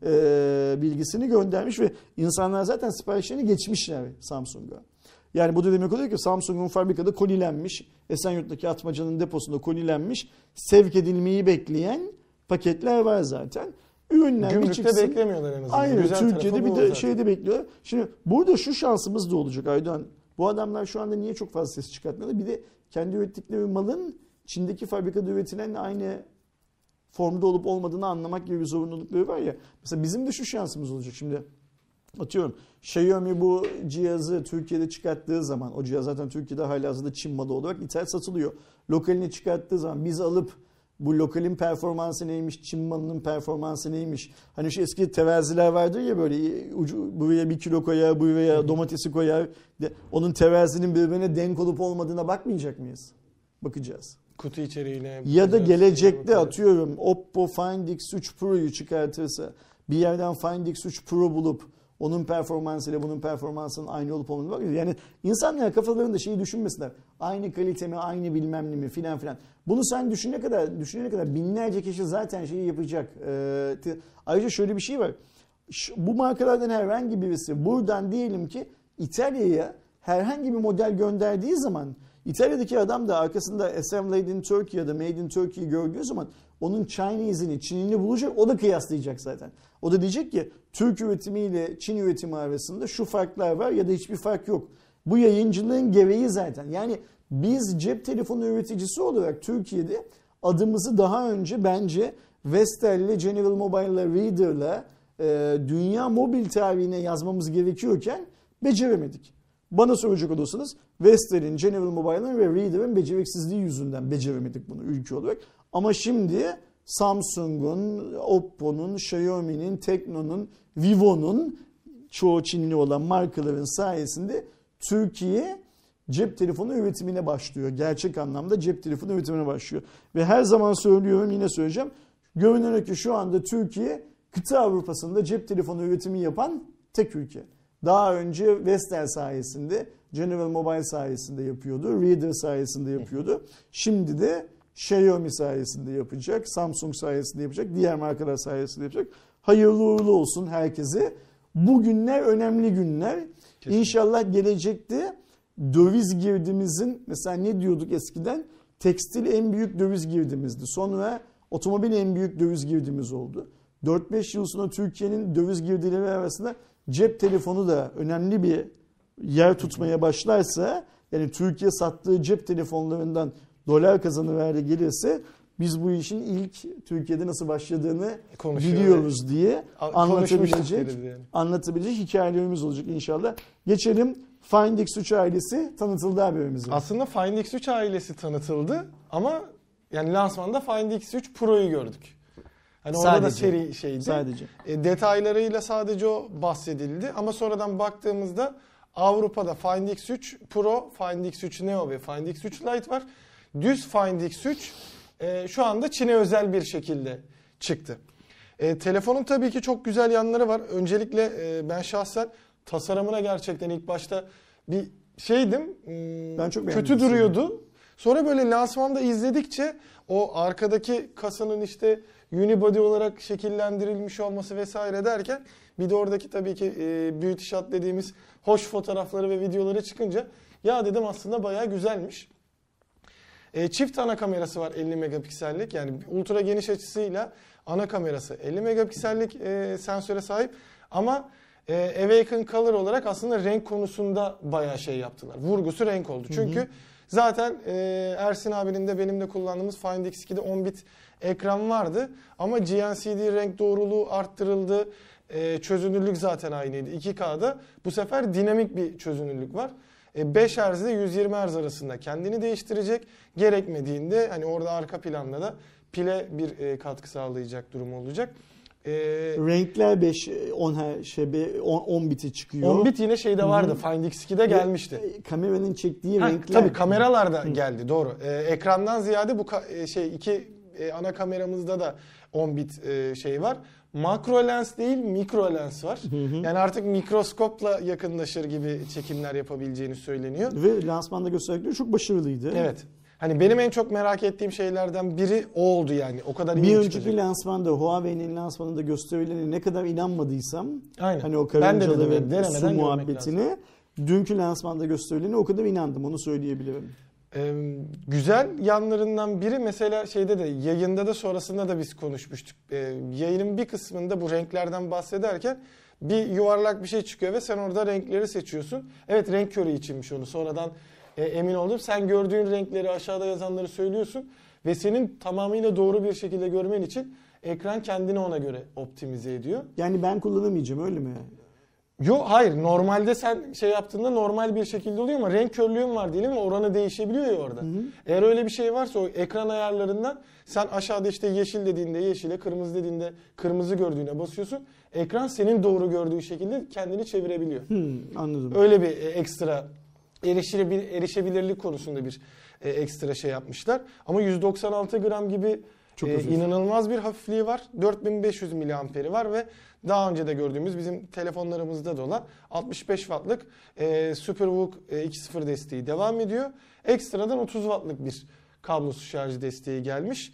bilgisini göndermiş ve insanlar zaten siparişlerini geçmişler Samsung'a. Yani bu da demek oluyor ki Samsung'un fabrikada kolilenmiş, Esenyurt'taki Atmaca'nın deposunda kolilenmiş, sevk edilmeyi bekleyen paketler var zaten. Ürünler Gümrükte beklemiyorlar en azından. Aynen, güzel Türkiye'de bir de şeyde bekliyor. Şimdi burada şu şansımız da olacak Aydoğan. Bu adamlar şu anda niye çok fazla ses çıkartmıyorlar? Bir de kendi ürettikleri malın Çin'deki fabrikada üretilen aynı formda olup olmadığını anlamak gibi bir zorunlulukları var ya. Mesela bizim de şu şansımız olacak şimdi. Atıyorum Xiaomi bu cihazı Türkiye'de çıkarttığı zaman, o cihaz zaten Türkiye'de halihazırda Çin malı olarak ithal satılıyor. Lokalini çıkarttığı zaman biz alıp bu lokalin performansı neymiş, Çin malının performansı neymiş? Hani şu eski teraziler vardır ya, böyle buraya 1 kilo koyar, buraya domatesi koyar. Onun terazinin birbirine denk olup olmadığına bakmayacak mıyız? Bakacağız. Kutu içeriğine. Ya da gelecekte atıyorum Oppo Find X3 Pro'yu çıkartırsa bir yerden Find X3 Pro bulup onun performansıyla bunun performansının aynı olup olmadığına bakıyoruz. Yani insanlar kafalarında şeyi düşünmesinler. Aynı kalite mi, aynı bilmem ne mi filan filan. Bunu sen düşünene kadar binlerce kişi zaten şeyi yapacak. Ayrıca şöyle bir şey var. Bu markalardan herhangi birisi buradan diyelim ki İtalya'ya herhangi bir model gönderdiği zaman İtalya'daki adam da arkasında Assembled in Turkey ya da Made in Turkey gördüğü zaman onun Chinese'ini, Çin'ini bulacak, o da kıyaslayacak zaten. O da diyecek ki Türk üretimiyle Çin üretimi arasında şu farklar var ya da hiçbir fark yok. Bu yayıncılığın gereği zaten. Yani biz cep telefonu üreticisi olarak Türkiye'de adımızı daha önce bence Vestel'le, General Mobile'la, Reader'la dünya mobil tarihine yazmamız gerekiyorken beceremedik. Bana soracak olursanız Vestel'in, General Mobile'ın ve Reader'ın beceriksizliği yüzünden beceremedik bunu ülke olarak. Ama şimdi Samsung'un, Oppo'nun, Xiaomi'nin, Tekno'nun, Vivo'nun, çoğu Çinli olan markaların sayesinde Türkiye cep telefonu üretimine başlıyor. Gerçek anlamda cep telefonu üretimine başlıyor. Ve her zaman söylüyorum, yine söyleyeceğim. Görünen ki şu anda Türkiye kıta Avrupa'sında cep telefonu üretimi yapan tek ülke. Daha önce Vestel sayesinde, General Mobile sayesinde yapıyordu, Reader sayesinde yapıyordu. Şimdi de Xiaomi sayesinde yapacak, Samsung sayesinde yapacak, diğer markalar sayesinde yapacak. Hayırlı uğurlu olsun herkese. Bu günler önemli günler. Kesinlikle. İnşallah gelecekte döviz girdimizin, mesela ne diyorduk eskiden? Tekstil en büyük döviz girdimizdi. Sonra otomobil en büyük döviz girdimiz oldu. 4-5 yıl sonra Türkiye'nin döviz girdileri arasında cep telefonu da önemli bir yer tutmaya başlarsa, yani Türkiye sattığı cep telefonlarından dolar kazanıverdi biz bu işin ilk Türkiye'de nasıl başladığını biliyoruz diye anlatabilecek hikayelerimiz olacak inşallah. Geçelim, Find X3 ailesi tanıtıldı haberimize. Aslında Find X3 ailesi tanıtıldı ama yani lansmanda Find X3 Pro'yu gördük. Hani orada da seri şeydi. Sadece. Detaylarıyla sadece o bahsedildi ama sonradan baktığımızda Avrupa'da Find X3 Pro, Find X3 Neo ve Find X3 Lite var. Düz Find X3 şu anda Çin'e özel bir şekilde çıktı. Telefonun tabii ki çok güzel yanları var. Öncelikle ben şahsen tasarımına gerçekten ilk başta bir şeydim. Ben çok kötü duruyordu. Sonra böyle lansmanda izledikçe o arkadaki kasanın işte unibody olarak şekillendirilmiş olması vesaire derken bir de oradaki tabii ki beauty shot dediğimiz hoş fotoğrafları ve videoları çıkınca ya dedim aslında bayağı güzelmiş. Çift ana kamerası var 50 megapiksellik, yani ultra geniş açısıyla ana kamerası 50 megapiksellik sensöre sahip ama Awaken Color olarak aslında renk konusunda bayağı şey yaptılar. Vurgusu renk oldu. Çünkü zaten Ersin abinin de benim de kullandığımız Find X2'de 10 bit ekran vardı ama GNCD renk doğruluğu arttırıldı. Çözünürlük zaten aynıydı 2K'da. Bu sefer dinamik bir çözünürlük var. 5 Hz ile 120 Hz arasında kendini değiştirecek. Gerekmediğinde hani orada arka planda da pile bir katkı sağlayacak durum olacak. Renkler 10 biti çıkıyor. 10 bit yine şeyde vardı. Find X2'de gelmişti. Kameranın çektiği renkler. Tabii kameralarda geldi, doğru. Ekrandan ziyade bu iki ana kameramızda da 10 bit şey var. Makro lens değil, mikro lens var. Yani artık mikroskopla yakınlaşır gibi çekimler yapabileceğini söyleniyor. Ve lansmanda gösterdikleri çok başarılıydı. Evet. Hani benim en çok merak ettiğim şeylerden biri o oldu yani. O kadar iyi bir çıkacak. önceki lansmanda, Huawei'nin lansmanında gösterilene ne kadar inanmadıysam, aynen, hani o karıncalı ve su muhabbetine, dünkü lansmanda gösterilene o kadar inandım, onu söyleyebilirim. Güzel yanlarından biri mesela şeyde de, yayında da sonrasında da biz konuşmuştuk. Yayının bir kısmında bu renklerden bahsederken bir yuvarlak bir şey çıkıyor ve sen orada renkleri seçiyorsun. Evet, renk körü içinmiş onu. Sonradan emin oldum. Sen gördüğün renkleri, aşağıda yazanları söylüyorsun ve senin tamamıyla doğru bir şekilde görmen için ekran kendini ona göre optimize ediyor. Yani ben kullanamayacağım, öyle mi? Yok, hayır. Normalde sen şey yaptığında normal bir şekilde oluyor ama renk körlüğün var diyelim ve oranı değişebiliyor ya orada. Eğer öyle bir şey varsa o ekran ayarlarından sen aşağıda işte yeşil dediğinde yeşile, kırmızı dediğinde kırmızı gördüğüne basıyorsun. Ekran senin doğru gördüğü şekilde kendini çevirebiliyor. Anladım. Öyle bir ekstra erişebilirlik konusunda bir ekstra şey yapmışlar. Ama 196 gram gibi inanılmaz bir hafifliği var. 4500 miliamperi var ve daha önce de gördüğümüz bizim telefonlarımızda da olan 65 wattlık SuperVOOC 2.0 desteği devam ediyor. Ekstradan 30 wattlık bir kablosuz şarj desteği gelmiş.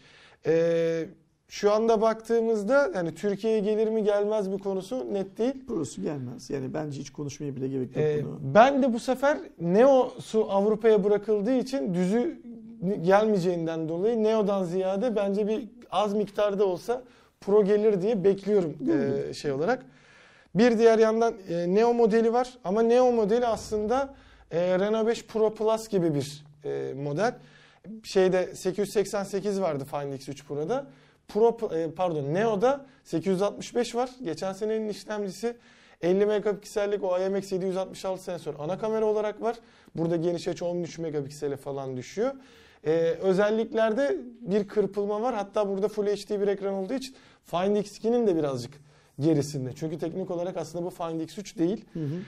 Şu anda baktığımızda yani Türkiye'ye gelir mi gelmez mi konusu net değil. Pro'su gelmez. Yani bence hiç konuşmaya bile gerek yok bunu. Ben de bu sefer Neo'su Avrupa'ya bırakıldığı için düzü gelmeyeceğinden dolayı Neo'dan ziyade bence bir az miktarda olsa Pro gelir diye bekliyorum şey olarak. Bir diğer yandan Neo modeli var ama Neo modeli aslında Reno 5 Pro Plus gibi bir model. Şeyde 888 vardı Find X3 Pro'da. Neo'da 865 var. Geçen senenin işlemcisi 50 megapiksellik o IMX 766 sensör ana kamera olarak var. Burada geniş açı 13 megapiksele falan düşüyor. Özelliklerde bir kırpılma var. Hatta burada Full HD bir ekran olduğu için Find X2'nin de birazcık gerisinde. Çünkü teknik olarak aslında bu Find X3 değil.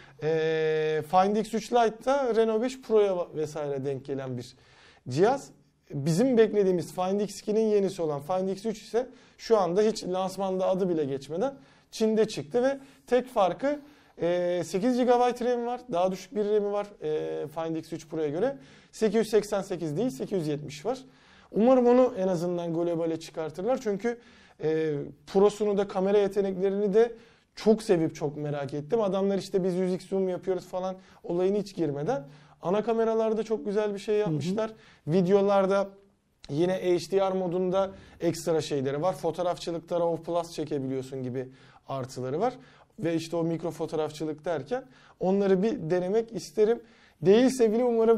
Find X3 Lite'da Reno 5 Pro'ya vesaire denk gelen bir cihaz. Bizim beklediğimiz Find X2'nin yenisi olan Find X3 ise şu anda hiç lansmanda adı bile geçmeden Çin'de çıktı ve tek farkı 8 GB RAM var. Daha düşük bir RAM'i var Find X3 Pro'ya göre. 888 değil 870 var. Umarım onu en azından globale çıkartırlar. Çünkü Pro'sunu da kamera yeteneklerini de çok sevip çok merak ettim. Adamlar işte biz 100x zoom yapıyoruz falan olayına hiç girmeden ana kameralarda çok güzel bir şey yapmışlar. Videolarda yine HDR modunda ekstra şeyleri var. Fotoğrafçılıkta RAW Plus çekebiliyorsun gibi artıları var. Ve işte o mikro fotoğrafçılık derken onları bir denemek isterim. Değilse bile umarım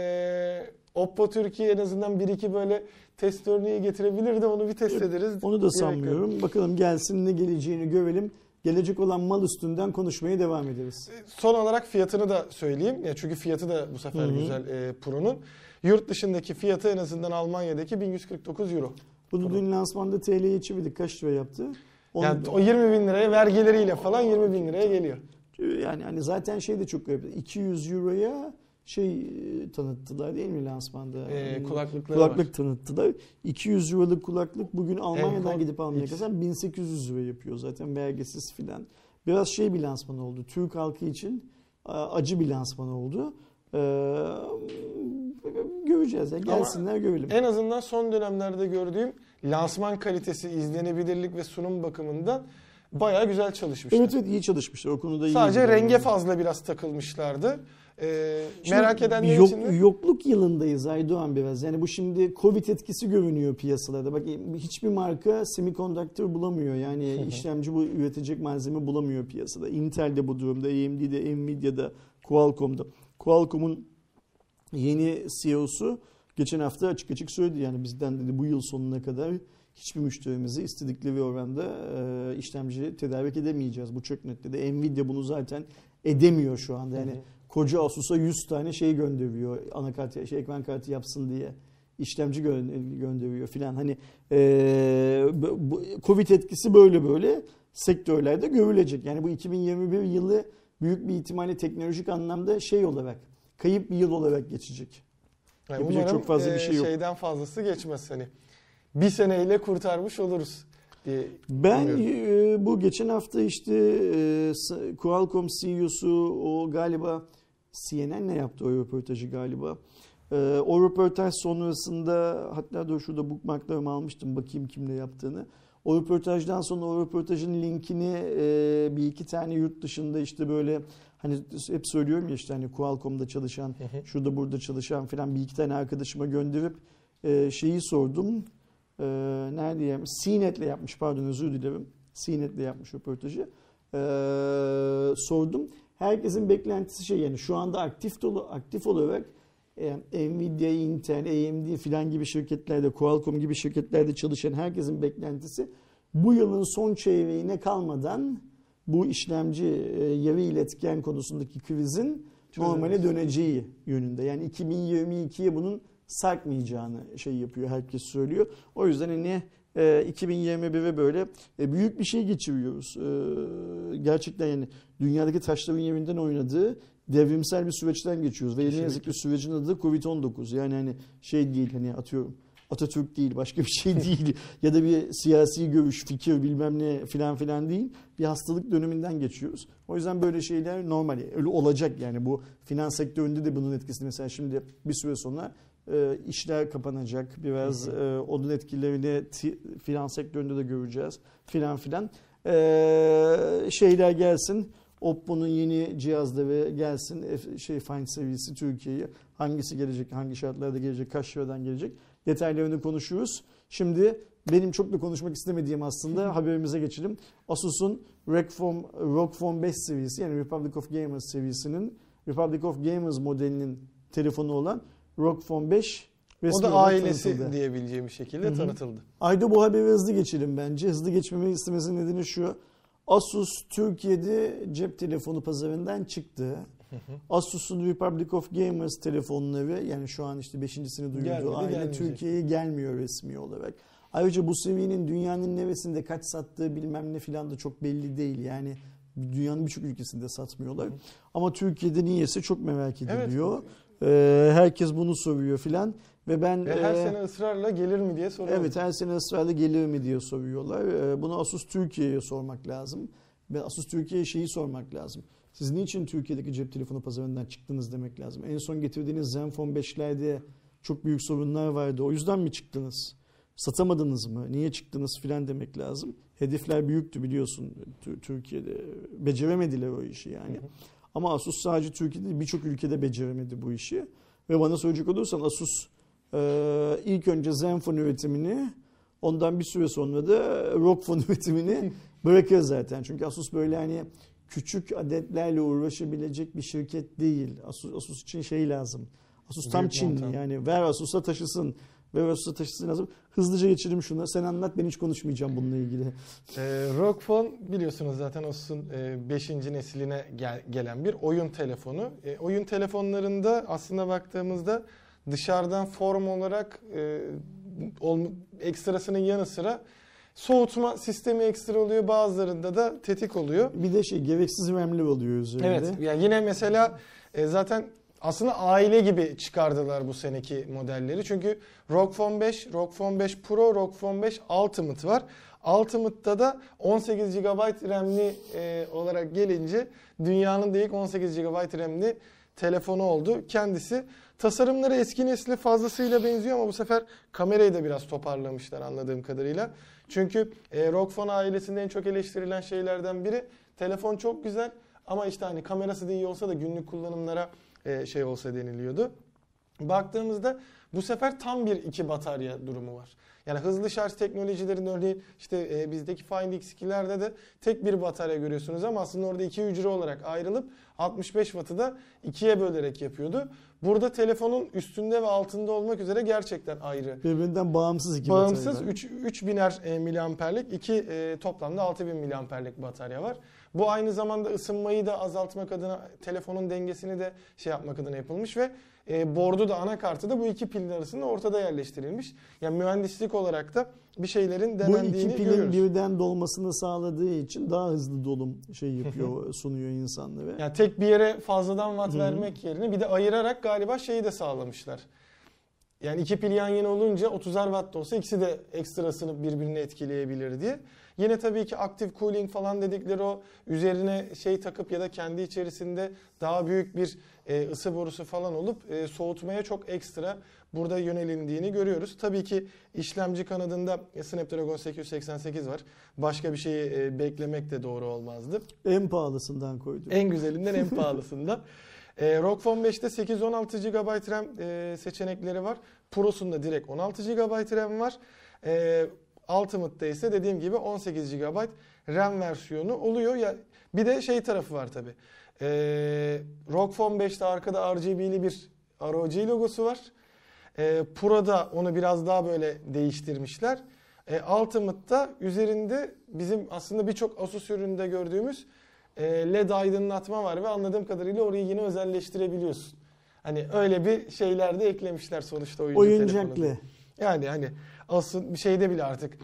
Oppo Türkiye en azından 1-2 böyle test örneği getirebilir de onu bir test ederiz. Onu da sanmıyorum. Bakalım gelsin, ne geleceğini görelim. Gelecek olan mal üstünden konuşmaya devam ederiz. Son olarak fiyatını da söyleyeyim. Ya çünkü fiyatı da bu sefer güzel Pro'nun. Yurt dışındaki fiyatı en azından Almanya'daki 1149 euro. Bunu dün lansmanda TL'ye çevirdik. Kaç lira yaptı? Yani o 20 bin liraya vergileriyle falan 20 bin liraya geliyor. Yani hani zaten şey de çok garip. 200 euroya tanıttılar değil mi lansmanda? Kulaklık tanıttılar. 200 euroluk kulaklık bugün Almanya'dan gidip almaya kalksan 1800 euro yapıyor zaten, vergisiz filan. Biraz bir lansman oldu. Türk halkı için acı bir lansman oldu. Göreceğiz. Yani gelsinler, görelim. En azından son dönemlerde gördüğüm lansman kalitesi, izlenebilirlik ve sunum bakımından bayağı güzel çalışmışlar. Evet iyi çalışmışlar. O konuda iyi. Sadece renge fazla biraz takılmışlardı. Merak edenler için de... Yokluk yılındayız Aydoğan biraz. Yani bu şimdi Covid etkisi görünüyor piyasalarda. Bak hiçbir marka semiconductor bulamıyor. Yani işlemci bu üretecek malzeme bulamıyor piyasada. Intel'de bu durumda, AMD'de, Nvidia'da, Qualcomm'da. Qualcomm'un yeni CEO'su geçen hafta açık açık söyledi. Yani bizden dedi bu yıl sonuna kadar hiçbir müşterimizi istedikleri oranda işlemci tedarik edemeyeceğiz. Bu çok net dedi. Nvidia bunu zaten edemiyor şu anda. Yani koca Asus'a 100 tane şey gönderiyor. Anakart, ekran kartı yapsın diye. İşlemci gönderiyor filan. Hani Covid etkisi böyle sektörlerde görülecek. Yani bu 2021 yılı büyük bir ihtimalle teknolojik anlamda şey olarak, kayıp bir yıl olarak geçecek. Yani yapacak çok fazla bir şey yok. Şeyden fazlası geçmez hani. Bir seneyle kurtarmış oluruz diye. Ben bu geçen hafta işte Qualcomm CEO'su o galiba CNN ne yaptı o röportajı galiba. O röportaj sonrasında hatta dur şurada bookmarklarımı almıştım bakayım kimle yaptığını. O röportajdan sonra o röportajın linkini bir iki tane yurt dışında işte böyle hani hep söylüyorum ya işte hani Qualcomm'da çalışan, şurada burada çalışan falan bir iki tane arkadaşıma gönderip şeyi sordum. Nerede CNET'le yapmış pardon özür dilerim. CNET'le yapmış röportajı. Sordum. Herkesin beklentisi şey yani şu anda aktif olarak Nvidia, Intel, AMD filan gibi şirketlerde, Qualcomm gibi şirketlerde çalışan herkesin beklentisi bu yılın son çeyreğine kalmadan bu işlemci yarı iletken konusundaki krizin normale döneceği yönünde. Yani 2022'ye bunun sarkmayacağını şey yapıyor, herkes söylüyor. O yüzden hani 2021'e böyle büyük bir şey geçiriyoruz. Gerçekten yani dünyadaki taşların yerinden oynadığı devrimsel bir süreçten geçiyoruz. Ve ne yazık ki sürecin adı Covid-19. Yani hani şey değil hani atıyorum Atatürk değil başka bir şey değil ya da bir siyasi görüş, fikir bilmem ne filan değil. Bir hastalık döneminden geçiyoruz. O yüzden böyle şeyler normal. Öyle olacak yani bu finans sektöründe de bunun etkisi. Mesela şimdi bir süre sonra işler kapanacak. Biraz onun etkilerini finans sektöründe de göreceğiz filan. Şeyler gelsin. Oppo'nun yeni cihazları gelsin. Find seviyesi Türkiye'ye. Hangisi gelecek, hangi şartlarda gelecek, kaç liradan gelecek. Detaylarını konuşuruz. Şimdi benim çok da konuşmak istemediğim aslında haberimize geçelim. Asus'un ROG Phone 5 seviyesi yani Republic of Gamers serisinin Republic of Gamers modelinin telefonu olan ROG Phone 5 o da ailesi tanıtıldı. Diyebileceğim bir şekilde tanıtıldı. Ayda bu haberi hızlı geçelim bence. Hızlı geçmemi istemesinin nedeni şu. Asus Türkiye'de cep telefonu pazarından çıktı. Asus'un Republic of Gamers telefonları yani şu an işte 5.sini duyurduğu aile Türkiye'ye gelmiyor resmi olarak. Ayrıca bu seviyenin dünyanın neresinde kaç sattığı bilmem ne filan da çok belli değil. Yani dünyanın birçok ülkesinde satmıyorlar. Ama Türkiye'de niyeyse çok merak ediliyor. Evet. Herkes bunu soruyor filan. Ve her sene ısrarla gelir mi diye soruyorlar. Evet her sene ısrarla gelir mi diye soruyorlar. Bunu Asus Türkiye'ye sormak lazım. Ve Asus Türkiye'ye şeyi sormak lazım. Siz niçin Türkiye'deki cep telefonu pazarından çıktınız demek lazım. En son getirdiğiniz Zenfone 5'lerde çok büyük sorunlar vardı. O yüzden mi çıktınız? Satamadınız mı? Niye çıktınız filan demek lazım. Hedefler büyüktü biliyorsun Türkiye'de. Beceremediler o işi yani. Ama Asus sadece Türkiye'de değil birçok ülkede beceremedi bu işi. Ve bana söyleyecek olursan Asus ilk önce Zenfone üretimini ondan bir süre sonra da ROG Phone üretimini bırakır zaten. Çünkü Asus böyle hani küçük adetlerle uğraşabilecek bir şirket değil. Asus için şey lazım. Asus tam Çinli yani ver Asus'a taşısın. Ver Asus'a taşısın lazım. Hızlıca geçelim şuna. Sen anlat ben hiç konuşmayacağım bununla ilgili. ROG Phone biliyorsunuz zaten Asus'un 5. nesline gelen bir oyun telefonu. Oyun telefonlarında aslında baktığımızda dışarıdan form olarak ekstrasının yanı sıra soğutma sistemi ekstra oluyor. Bazılarında da tetik oluyor. Bir de gereksiz RAM'li oluyor üzerinde. Evet. Yani yine mesela zaten aslında aile gibi çıkardılar bu seneki modelleri. Çünkü ROG Phone 5, ROG Phone 5 Pro, ROG Phone 5 Ultimate var. Ultimate'da da 18 GB RAM'li olarak gelince dünyanın da ilk 18 GB RAM'li telefonu oldu. Kendisi tasarımları eski nesli fazlasıyla benziyor ama bu sefer kamerayı da biraz toparlamışlar anladığım kadarıyla. Çünkü ROG Phone ailesinde en çok eleştirilen şeylerden biri telefon çok güzel ama işte hani kamerası da iyi olsa da günlük kullanımlara şey olsa deniliyordu. Baktığımızda bu sefer tam bir iki batarya durumu var. Yani hızlı şarj teknolojilerin örneğin işte bizdeki Find X2'lerde de tek bir batarya görüyorsunuz ama aslında orada iki hücre olarak ayrılıp 65 Watt'ı da ikiye bölerek yapıyordu. Burada telefonun üstünde ve altında olmak üzere gerçekten ayrı. Birbirinden bağımsız iki bağımsız batarya. 3000'er miliamperlik iki toplamda 6000 miliamperlik batarya var. Bu aynı zamanda ısınmayı da azaltmak adına telefonun dengesini de şey yapmak adına yapılmış ve board'u da anakartı da bu iki pilin arasında ortada yerleştirilmiş. Yani mühendislik olarak da bir şeylerin denendiğini bu iki pilin görüyoruz. birden dolmasını sağladığı için daha hızlı dolum yapıyor, sunuyor insanlara. Yani tek bir yere fazladan watt vermek yerine bir de ayırarak galiba şeyi de sağlamışlar. Yani iki pil yan yana olunca 30'ar watt da olsa ikisi de ekstrasını birbirini etkileyebilir diye. Yine tabii ki active cooling falan dedikleri o üzerine şey takıp ya da kendi içerisinde daha büyük bir ısı borusu falan olup soğutmaya çok ekstra burada yönelindiğini görüyoruz. Tabii ki işlemci kanadında Snapdragon 888 var. Başka bir şeyi beklemek de doğru olmazdı. En pahalısından koydu. En güzelinden en pahalısından. ROG Phone 5'te 8-16 GB RAM seçenekleri var. Pro'sunda direkt 16 GB RAM var. Ultimate'da ise dediğim gibi 18 GB RAM versiyonu oluyor. Ya bir de şey tarafı var tabii. ROG Phone 5'te arkada RGB'li bir ROG logosu var. Pro'da onu biraz daha böyle değiştirmişler. Ultimate'da üzerinde bizim aslında birçok Asus ürününde gördüğümüz LED aydınlatma var ve anladığım kadarıyla orayı yine özelleştirebiliyorsun. Hani öyle bir şeyler de eklemişler sonuçta oyuncaklı. telefonuna. Yani hani aslında bir şeyde bile artık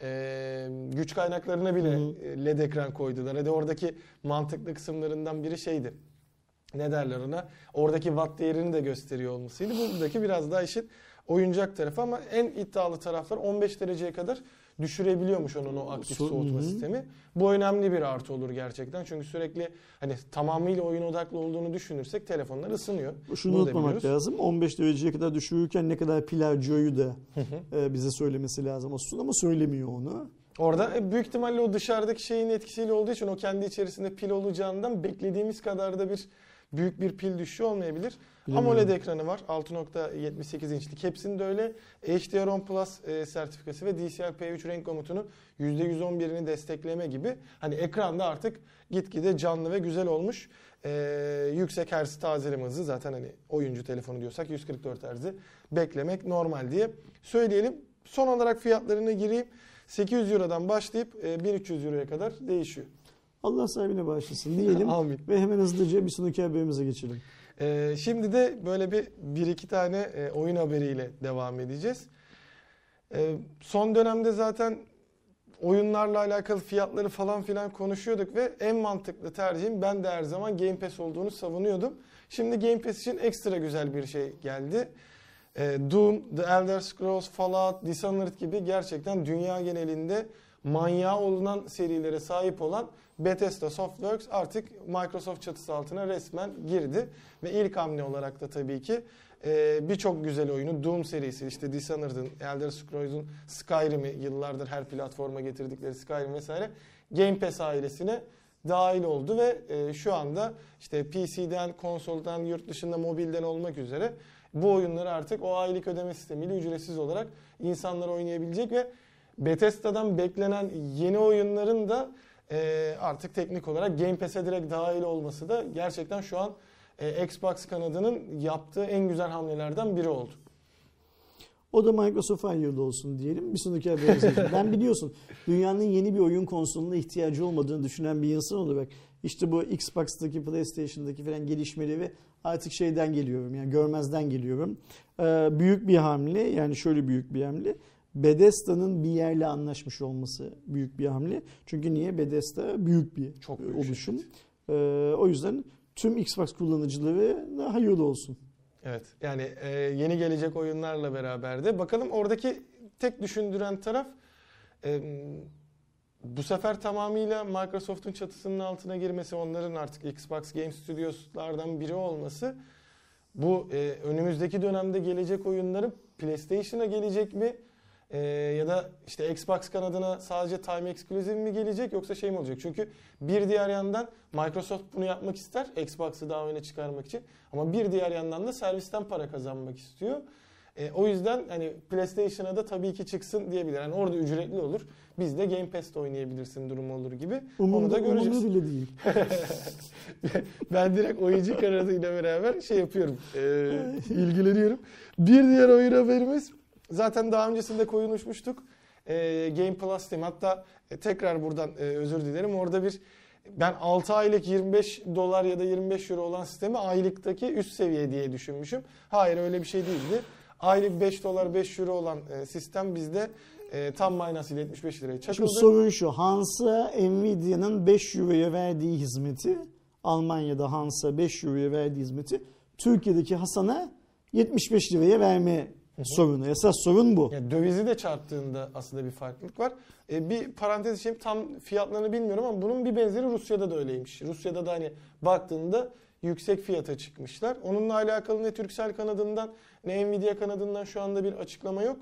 güç kaynaklarına bile LED ekran koydular. Hadi oradaki mantıklı kısımlarından biri şeydi. Ne derler ona? Oradaki watt değerini de gösteriyor olmasıydı. Buradaki biraz daha işin oyuncak tarafı ama en iddialı taraflar 15 dereceye kadar düşürebiliyormuş onun o aktif soğutma sistemi. Bu önemli bir artı olur gerçekten. Çünkü sürekli hani tamamıyla oyun odaklı olduğunu düşünürsek telefonlar ısınıyor. Şunu unutmamak lazım. 15 dereceye kadar düşürürken ne kadar pil harcıyoryu da bize söylemesi lazım aslında ama söylemiyor onu. Orada büyük ihtimalle o dışarıdaki şeyin etkisiyle olduğu için o kendi içerisinde pil olacağından beklediğimiz kadar da büyük bir pil düşüşü olmayabilir. AMOLED ekranı var. 6.78 inçlik. Hepsinde öyle HDR10 Plus sertifikası ve DCI-P3 renk komutunun %111'ini destekleme gibi. Hani ekranda artık gitgide canlı ve güzel olmuş. Yüksek hertz tazeleme hızı zaten hani oyuncu telefonu diyorsak 144 Hz'i beklemek normal diye söyleyelim. Son olarak fiyatlarına gireyim. 800 Euro'dan başlayıp 1300 Euro'ya kadar değişiyor. Allah sahibine bağışlasın diyelim. Amin. Ve hemen hızlıca bir sonraki haberimize geçelim. Şimdi de böyle bir iki tane oyun haberiyle devam edeceğiz. Son dönemde zaten oyunlarla alakalı fiyatları falan filan konuşuyorduk ve en mantıklı tercihim ben de her zaman Game Pass olduğunu savunuyordum. Şimdi Game Pass için ekstra güzel bir şey geldi. Doom, The Elder Scrolls, Fallout, Dishonored gibi gerçekten dünya genelinde manyağı olunan serilere sahip olan Bethesda Softworks artık Microsoft çatısı altına resmen girdi. Ve ilk hamle olarak da tabii ki birçok güzel oyunu Doom serisi, işte Dishonored'ın, Elder Scrolls'un Skyrim'i, yıllardır her platforma getirdikleri Skyrim vesaire Game Pass ailesine dahil oldu ve şu anda işte PC'den, konsoldan, yurt dışında mobilden olmak üzere bu oyunları artık o aylık ödeme sistemiyle ücretsiz olarak insanlar oynayabilecek ve Bethesda'dan beklenen yeni oyunların da artık teknik olarak Game Pass'e direkt dahil olması da gerçekten şu an Xbox kanadının yaptığı en güzel hamlelerden biri oldu. O da Microsoft hayırlı olsun diyelim. Bir sonraki haberimize geçelim. Ben biliyorsun dünyanın yeni bir oyun konsoluna ihtiyacı olmadığını düşünen bir insan olarak işte bu Xbox'taki, PlayStation'daki falan gelişmeleri artık şeyden geliyorum, yani görmezden geliyorum. Büyük bir hamle, yani şöyle büyük bir hamle. Bethesda'nın bir yerle anlaşmış olması büyük bir hamle. Çünkü niye? Bethesda büyük bir oluşum. O yüzden tüm Xbox kullanıcılarına hayırlı olsun. Evet, yani yeni gelecek oyunlarla beraber de bakalım, oradaki tek düşündüren taraf bu sefer tamamıyla Microsoft'un çatısının altına girmesi, onların artık Xbox Game Studios'lardan biri olması. Bu önümüzdeki dönemde gelecek oyunların PlayStation'a gelecek mi? Ya da işte Xbox kanadına sadece time exclusive mi gelecek, yoksa şey mi olacak? Çünkü bir diğer yandan Microsoft bunu yapmak ister, Xbox'ı daha öne çıkarmak için. Ama bir diğer yandan da servisten para kazanmak istiyor. O yüzden hani PlayStation'a da tabii ki çıksın diyebilir. Yani orada ücretli olur. Biz de Game Pass'te oynayabilirsin durumu olur gibi. Onu da göreceğiz. Umurumda bile değil. Ben direkt oyuncu kanadıyla beraber şey yapıyorum. İlgileniyorum. Bir diğer oyun haberimiz, zaten daha öncesinde konuşmuştuk. Game Plus Team. Hatta tekrar buradan özür dilerim. Orada ben 6 aylık $25 ya da 25 euro olan sistemi aylıktaki üst seviye diye düşünmüşüm. Hayır, öyle bir şey değildi. Aylık $5 5 euro olan sistem bizde tam manasıyla 75 liraya çakıldı. Şimdi sorun şu. Hansa Nvidia'nın 5 euroya verdiği hizmeti, Almanya'da Hansa 5 euroya verdiği hizmeti Türkiye'deki Hasan'a 75 liraya verme sorunu. Esas sorun bu. Yani dövizi de çarptığında aslında bir farklılık var. Bir parantez içeyim, tam fiyatlarını bilmiyorum ama bunun bir benzeri Rusya'da da öyleymiş. Rusya'da da hani baktığında yüksek fiyata çıkmışlar. Onunla alakalı ne Turkcell kanadından ne Nvidia kanadından şu anda bir açıklama yok.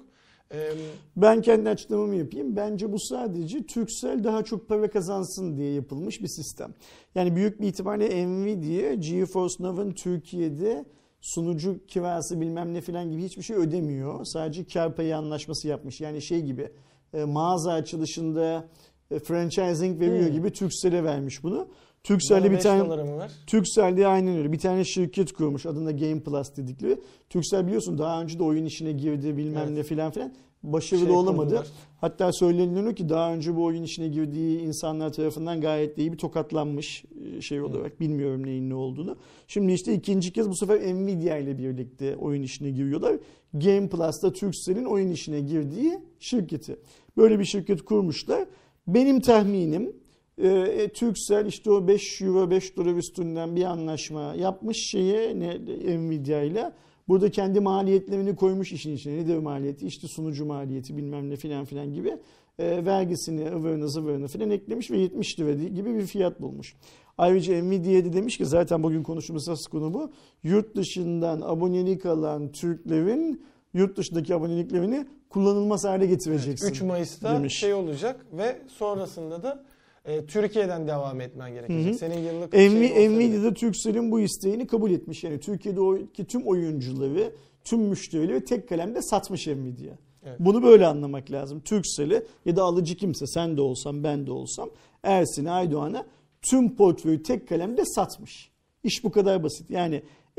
Ben kendi açıklamamı yapayım. Bence bu sadece Turkcell daha çok para kazansın diye yapılmış bir sistem. Yani büyük bir ihtimalle Nvidia GeForce Now'ın Türkiye'de sunucu kirası bilmem ne falan gibi hiçbir şey ödemiyor. Sadece kar payı anlaşması yapmış. Yani şey gibi mağaza açılışında franchising veriyor gibi Turkcell'e vermiş bunu. Turkcell'de bir tane Turkcell'de aynen öyle. Bir tane şirket kurmuş adında Game Plus dedikleri. Turkcell biliyorsun daha önce de oyun işine girdi bilmem ne filan filan. Başarılı olamadı. Kurdular. Hatta söyleniyor ki daha önce bu oyun işine girdiği insanlar tarafından gayet iyi bir tokatlanmış şey olarak. Bilmiyorum neyin ne olduğunu. Şimdi işte ikinci kez bu sefer Nvidia ile birlikte oyun işine giriyorlar. Game Plus'ta Turkcell'in oyun işine girdiği şirketi. Böyle bir şirket kurmuşlar. Benim tahminim Turkcell işte o 5 euro 5 dolar üstünden bir anlaşma yapmış Nvidia ile. Burada kendi maliyetlerini koymuş işin içine. Nedir maliyeti? İşte sunucu maliyeti bilmem ne filan filan gibi. Vergisini, ıvırını filan eklemiş ve 70 lira gibi bir fiyat bulmuş. Ayrıca Nvidia'da demiş ki zaten bugün konuştuğumuz asıl konu bu. Yurt dışından abonelik alan Türklerin yurt dışındaki aboneliklerini kullanılmaz hale getireceksin. 3 Mayıs'ta demiş. Şey olacak ve sonrasında da Türkiye'den devam etmen gerekecek. Senin yıllık Nvidia'da Turkcell'in bu isteğini kabul etmiş. Yani Türkiye'deki tüm oyuncuları, tüm müşterileri tek kalemde satmış Nvidia. Evet. Bunu böyle anlamak lazım. Turkcell'i ya da alıcı kimse, sen de olsam ben de olsam, Ersin'e, Aydoğan'a tüm portföyü tek kalemde satmış. İş bu kadar basit. Yani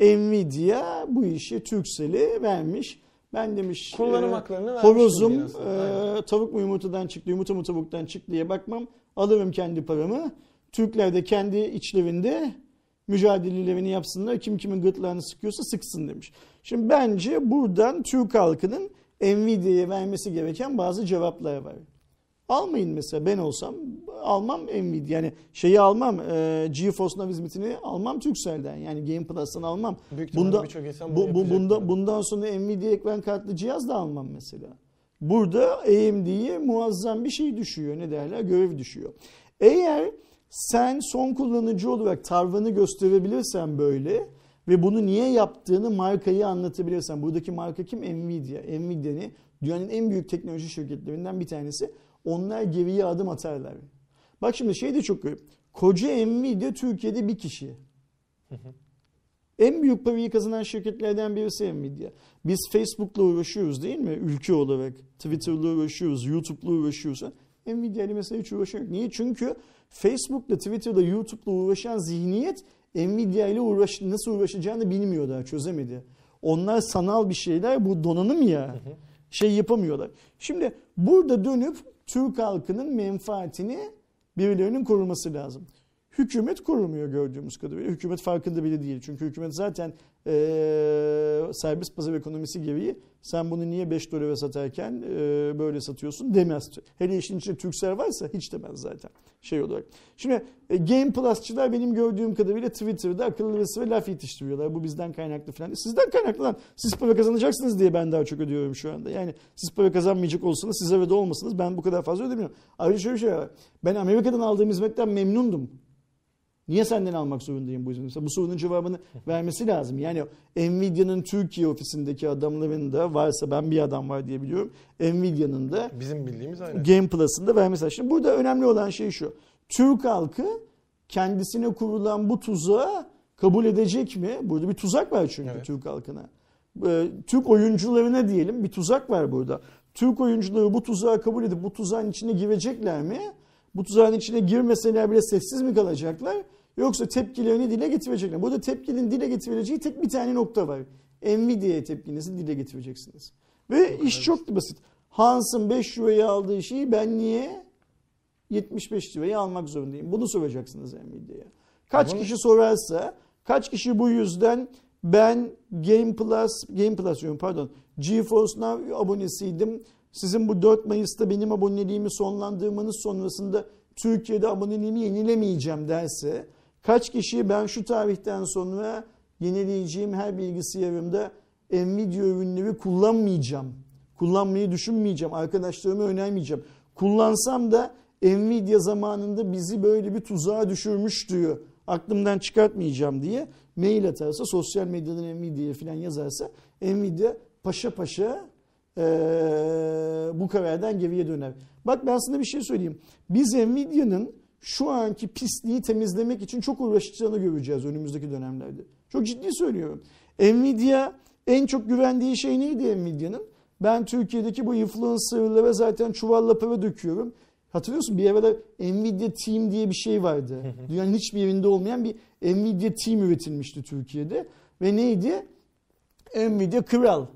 Nvidia bu işi Turkcell'e vermiş. Ben demiş kullanım haklarını vermiş. Horozum tavuk mu yumurtadan çıktı, yumurta mı tavuktan çıktı diye bakmam. Alırım kendi paramı. Türkler de kendi içlerinde mücadelelerini yapsınlar. Kim kimin gırtlağını sıkıyorsa sıksın demiş. Şimdi bence buradan Türk halkının Nvidia'ya vermesi gereken bazı cevaplar var. Almayın mesela, ben olsam almam Nvidia. Yani şeyi almam, GeForce Now hizmetini almam Turkcell'den. Yani Game Plus'tan almam. Bundan sonra Nvidia ekran kartlı cihaz da almam mesela. Burada AMD'ye muazzam bir şey düşüyor. Ne derler? Görev düşüyor. Eğer sen son kullanıcı olarak tavrını gösterebilirsen böyle ve bunu niye yaptığını, markayı anlatabilirsen. Buradaki marka kim? Nvidia. Nvidia'nın dünyanın en büyük teknoloji şirketlerinden bir tanesi. Onlar geriye adım atarlar. Bak şimdi şey de çok garip. Koca Nvidia Türkiye'de bir kişi. En büyük parayı kazanan şirketlerden birisi Nvidia. Biz Facebook'la uğraşıyoruz değil mi? Ülke olarak. Twitter'la uğraşıyoruz, YouTube'la uğraşıyoruz. Nvidia ile mesela hiç uğraşıyor. Niye? Çünkü Facebook'la, Twitter'la, YouTube'la uğraşan zihniyet Nvidia ile nasıl uğraşacağını bilmiyor daha, çözemedi. Onlar sanal bir şeyler, bu donanım ya. Şey yapamıyorlar. Şimdi burada dönüp Türk halkının menfaatini birilerinin koruması lazım. Hükümet korumuyor gördüğümüz kadarıyla. Hükümet farkında bile değil. Çünkü hükümet zaten serbest pazar ekonomisi gereği sen bunu niye 5 dolara satarken böyle satıyorsun demez. Hele işin içinde Turkcell varsa hiç demez zaten şey olarak. Şimdi Game Plus'çılar benim gördüğüm kadarıyla Twitter'da akıllı ve laf yetiştiriyorlar. Bu bizden kaynaklı falan. Sizden kaynaklı lan. Siz para kazanacaksınız diye ben daha çok ödüyorum şu anda. Yani siz para kazanmayacak olsanız, siz evde olmasanız ben bu kadar fazla ödemiyorum. Ayrıca şöyle bir şey var. Ben Amerika'dan aldığım hizmetten memnundum. Niye senden almak zorundayım bu hizmeti? Bu sorunun cevabını vermesi lazım. Yani Nvidia'nın Türkiye ofisindeki adamların da varsa, ben bir adam var diye biliyorum. Nvidia'nın da bizim bildiğimiz aynı. Game Plus'ın da vermesi lazım. Şimdi burada önemli olan şey şu. Türk halkı kendisine kurulan bu tuzağı kabul edecek mi? Burada bir tuzak var çünkü evet. Türk halkına. Türk oyuncularına diyelim bir tuzak var burada. Türk oyuncuları bu tuzağı kabul edip bu tuzağın içine girecekler mi? Bu tuzağın içine girmeseler bile sessiz mi kalacaklar? Yoksa tepkilerini dile getirecekler. Burada tepkinin dile getirileceği tek bir tane nokta var. Nvidia'ya tepkinizi dile getireceksiniz. Ve iş çok basit. Hans'ın 5 liraya aldığı şeyi ben niye 75 liraya almak zorundayım? Bunu soracaksınız Nvidia'ya. Kaç kişi sorarsa, kaç kişi bu yüzden ben GeForce Now abonesiydim. Sizin bu 4 Mayıs'ta benim aboneliğimi sonlandırmanız sonrasında Türkiye'de aboneliğimi yenilemeyeceğim derse, kaç kişi ben şu tarihten sonra yenileyeceğim her bilgisayarımda Nvidia ürünleri kullanmayacağım, kullanmayı düşünmeyeceğim, arkadaşlarıma önermeyeceğim. Kullansam da Nvidia zamanında bizi böyle bir tuzağa düşürmüş diyor, aklımdan çıkartmayacağım diye mail atarsa, sosyal medyadan Nvidia'ya falan yazarsa Nvidia paşa paşa bu karardan geriye döner. Bak ben sana bir şey söyleyeyim. Biz Nvidia'nın şu anki pisliği temizlemek için çok uğraşacağını göreceğiz önümüzdeki dönemlerde. Çok ciddi söylüyorum. Nvidia en çok güvendiği şey neydi Nvidia'nın? Ben Türkiye'deki bu influencerlara zaten çuvalla para döküyorum. Hatırlıyorsun bir arada Nvidia Team diye bir şey vardı. Dünyanın hiçbir yerinde olmayan bir Nvidia Team üretilmişti Türkiye'de. Ve neydi? Nvidia Kral.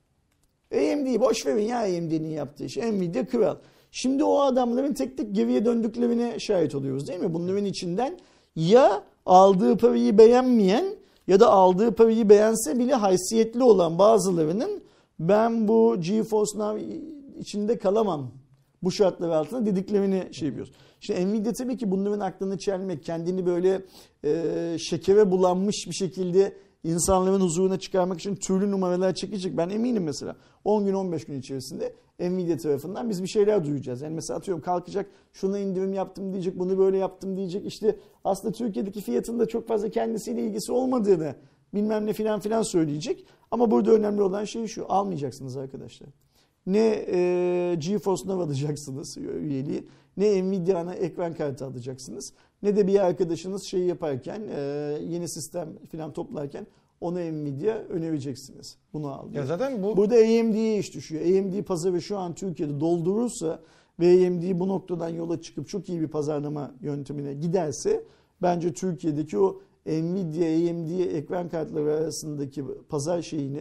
AMD'yi boş verin ya, AMD'nin yaptığı iş. Nvidia kral. Şimdi o adamların tek tek geriye döndüklerine şahit oluyoruz değil mi? Bunların içinden ya aldığı parayı beğenmeyen ya da aldığı parayı beğense bile haysiyetli olan bazılarının ben bu GeForce Now içinde kalamam, bu şartlar altında dediklerini şey yapıyoruz. İşte Nvidia tabii ki bunların aklını çelmek, kendini böyle şekere bulanmış bir şekilde İnsanların huzuruna çıkarmak için türlü numaralar çekecek. Ben eminim mesela 10 gün 15 gün içerisinde Nvidia tarafından biz bir şeyler duyacağız. Yani mesela atıyorum kalkacak şuna indirim yaptım diyecek, bunu böyle yaptım diyecek. İşte aslında Türkiye'deki fiyatın da çok fazla kendisiyle ilgisi olmadığını bilmem ne filan söyleyecek. Ama burada önemli olan şey şu: almayacaksınız arkadaşlar. Ne GeForce Now alacaksınız üyeliği, ne Nvidia'na ekran kartı alacaksınız, ne de bir arkadaşınız şey yaparken yeni sistem filan toplarken onu Nvidia önereceksiniz. Bunu al diye. Ya zaten burada AMD'ye iş düşüyor. AMD pazarı şu an Türkiye'de doldurursa ve AMD bu noktadan yola çıkıp çok iyi bir pazarlama yöntemine giderse bence Türkiye'deki o Nvidia AMD ekran kartları arasındaki pazar şeyini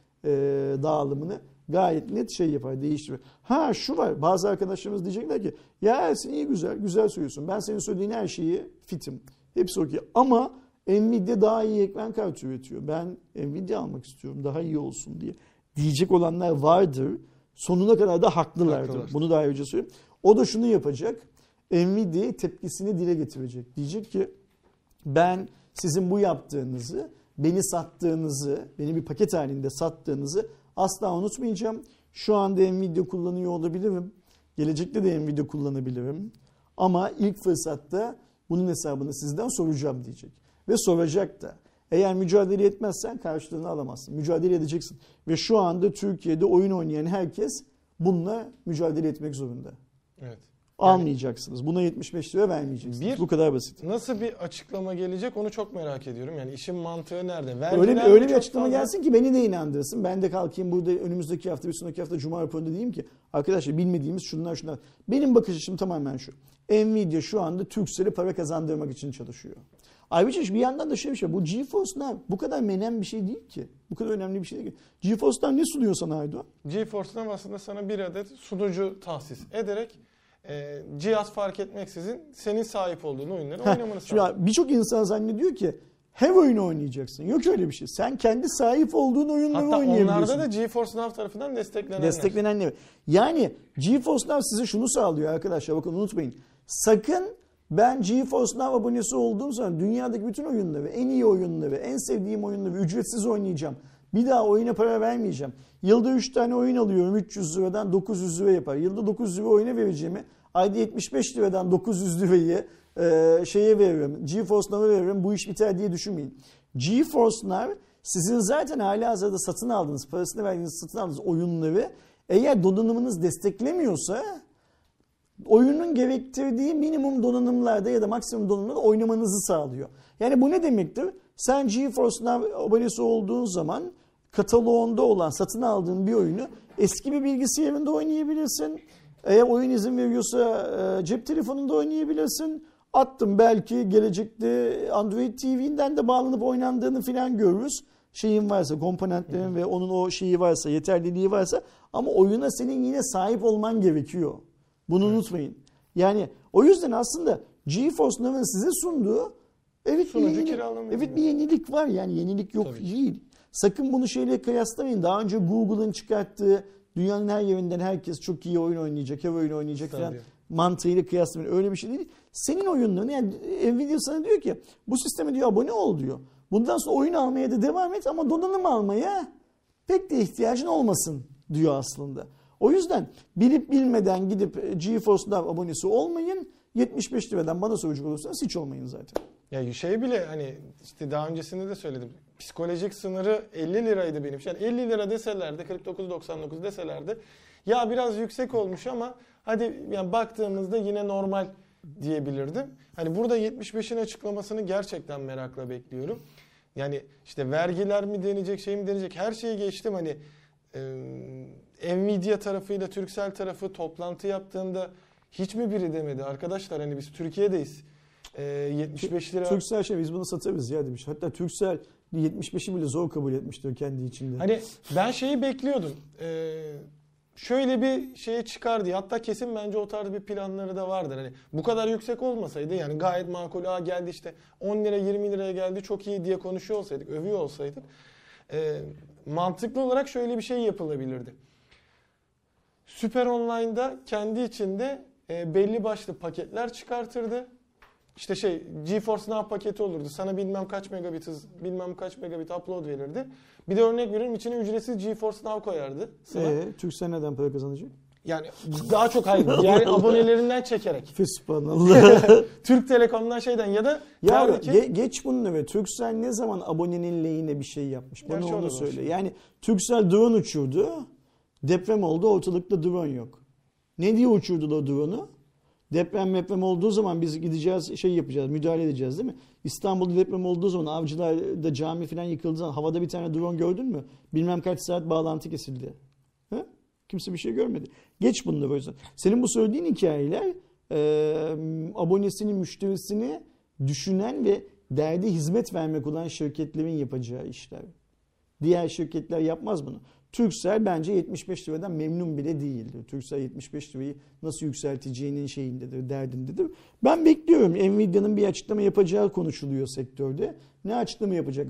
dağılımını gayet net şey yapar, değiştirir. Ha şu var, bazı arkadaşlarımız diyecekler ki ya Ersin iyi güzel söylüyorsun. Ben senin söylediğin her şeyi fitim. Hepsi okey. Ama Nvidia daha iyi ekran kartı üretiyor. Ben Nvidia almak istiyorum daha iyi olsun diye diyecek olanlar vardır. Sonuna kadar da haklılardır. Bunu da ayrıca söyleyeyim. O da şunu yapacak. Nvidia tepkisini dile getirecek. Diyecek ki ben sizin bu yaptığınızı, beni sattığınızı, beni bir paket halinde sattığınızı asla unutmayacağım. Şu anda Nvidia kullanıyor olabilirim. Gelecekte de Nvidia kullanabilirim. Ama ilk fırsatta bunun hesabını sizden soracağım diyecek. Ve soracak da. Eğer mücadele etmezsen karşılığını alamazsın. Mücadele edeceksin. Ve şu anda Türkiye'de oyun oynayan herkes bununla mücadele etmek zorunda. Evet. Almayacaksınız. Buna 75 lira vermeyeceksiniz. Bu kadar basit. Nasıl bir açıklama gelecek onu çok merak ediyorum. Yani işin mantığı nerede? Öyle bir açıklama gelsin ki beni de inandırsın. Ben de kalkayım burada önümüzdeki hafta, bir sonraki hafta Cuma raporunda diyeyim ki arkadaşlar bilmediğimiz şunlar. Benim bakış açım tamamen şu. Nvidia şu anda Turkcell'e para kazandırmak için çalışıyor. Ayrıca bir yandan da bir şey. Bu GeForce Now bu kadar menem bir şey değil ki. Bu kadar önemli bir şey değil ki. GeForce Now ne sunuyor sana Aydoğan? GeForce Now aslında sana bir adet sunucu tahsis ederek cihaz fark etmeksizin senin sahip olduğun oyunları oynamanı sağlıyor. Birçok insan zannediyor ki her oyunu oynayacaksın. Yok öyle bir şey. Sen kendi sahip olduğun oyunları Hatta oynayabiliyorsun. onlarda da GeForce Now tarafından Desteklenenler. Yani GeForce Now size şunu sağlıyor arkadaşlar. Bakın unutmayın. Sakın ben GeForce Now abonesi olduğum zaman dünyadaki bütün oyunları, en iyi oyunları, en sevdiğim oyunları ücretsiz oynayacağım. Bir daha oyuna para vermeyeceğim. Yılda 3 tane oyun alıyorum 300 liradan 900 lira yapar. Yılda 900 lira oyuna vereceğimi ayda 75 liradan 900 lirayı şeye veririm. GeForce Now'a veririm. Bu iş biter diye düşünmeyin. GeForce Now sizin zaten halihazırda satın aldığınız, parasını verdiğiniz satın aldığınız oyunları eğer donanımınız desteklemiyorsa oyunun gerektirdiği minimum donanımlarda ya da maksimum donanımlarda oynamanızı sağlıyor. Yani bu ne demektir? Sen GeForce Now abonesi olduğun zaman kataloğunda olan satın aldığın bir oyunu eski bir bilgisayarında oynayabilirsin. Eğer oyun izin veriyorsa cep telefonunda oynayabilirsin. Attım belki gelecekte Android TV'den de bağlanıp oynandığını falan görürüz. Şeyin varsa, komponentlerin ve onun o şeyi varsa, yeterliliği varsa ama oyuna senin yine sahip olman gerekiyor. Bunu unutmayın. Yani o yüzden aslında GeForce Now'ın size sunduğu bir yenilik var. Yani yenilik yok değil. Sakın bunu şeyle kıyaslamayın. Daha önce Google'ın çıkarttığı dünyanın her yerinden herkes çok iyi oyun oynayacak, her oyun oynayacak falan mantığıyla kıyaslamayın. Öyle bir şey değil. Senin oyunların yani Nvidia sana diyor ki bu sisteme diyor abone ol diyor. Bundan sonra oyun almaya da devam et ama donanım almaya pek de ihtiyacın olmasın diyor aslında. O yüzden bilip bilmeden gidip GeForce Now abonesi olmayın. 75 liradan bana soracak olursanız hiç olmayın zaten. Ya şey bile hani işte daha öncesinde de söyledim. Psikolojik sınırı 50 liraydı benim. Yani 50 lira deselerdi, 49.99 deselerdi. Ya biraz yüksek olmuş ama hadi yani baktığımızda yine normal diyebilirdim. Hani burada 75'in açıklamasını gerçekten merakla bekliyorum. Yani işte vergiler mi denecek, şey mi denecek, her şeyi geçtim. Hani Nvidia tarafıyla Turkcell tarafı toplantı yaptığında hiç mi biri demedi? Arkadaşlar hani biz Türkiye'deyiz. 75 lira. Turkcell biz bunu satarız ya demiş. Hatta Turkcell 75'i bile zor kabul etmiştir kendi içinde. Hani ben şeyi bekliyordum. Şöyle bir şeye çıkar diye. Hatta kesin bence o tarz bir planları da vardır. Hani bu kadar yüksek olmasaydı yani gayet makul. Geldi işte 10 lira 20 liraya geldi çok iyi diye konuşuyor olsaydık, övüyor olsaydık. Mantıklı olarak şöyle bir şey yapılabilirdi. Süper Online'da kendi içinde belli başlı paketler çıkartırdı. İşte GeForce Now paketi olurdu. Sana bilmem kaç megabit hız, bilmem kaç megabit upload verirdi. Bir de örnek veriyorum içine ücretsiz GeForce Now koyardı. Turkcell neden para kazanacak? Yani daha çok hayır. Yani abonelerinden çekerek. Fispanallah. Türk Telekom'dan şeyden ya da geç bununla ve Turkcell ne zaman abonenin lehine bir şey yapmış? Bana gerçi onu söyle. Yani Turkcell drone uçurdu. Deprem oldu, ortalıkta drone yok. Ne diye uçurdu o drone'u? Deprem olduğu zaman biz gideceğiz, yapacağız, müdahale edeceğiz değil mi? İstanbul'da deprem olduğu zaman Avcılar'da cami falan yıkıldığı zaman havada bir tane drone gördün mü? Bilmem kaç saat bağlantı kesildi. He? Kimse bir şey görmedi. Geç bunları o yüzden. Senin bu söylediğin hikayeler abonesini, müşterisini düşünen ve derdi hizmet vermek olan şirketlerin yapacağı işler. Diğer şirketler yapmaz bunu. Turkcell bence 75 liradan memnun bile değildir. Turkcell 75 lirayı nasıl yükselteceğinin şeyindedir, derdindedir. Ben bekliyorum. Nvidia'nın bir açıklama yapacağı konuşuluyor sektörde. Ne açıklama yapacak?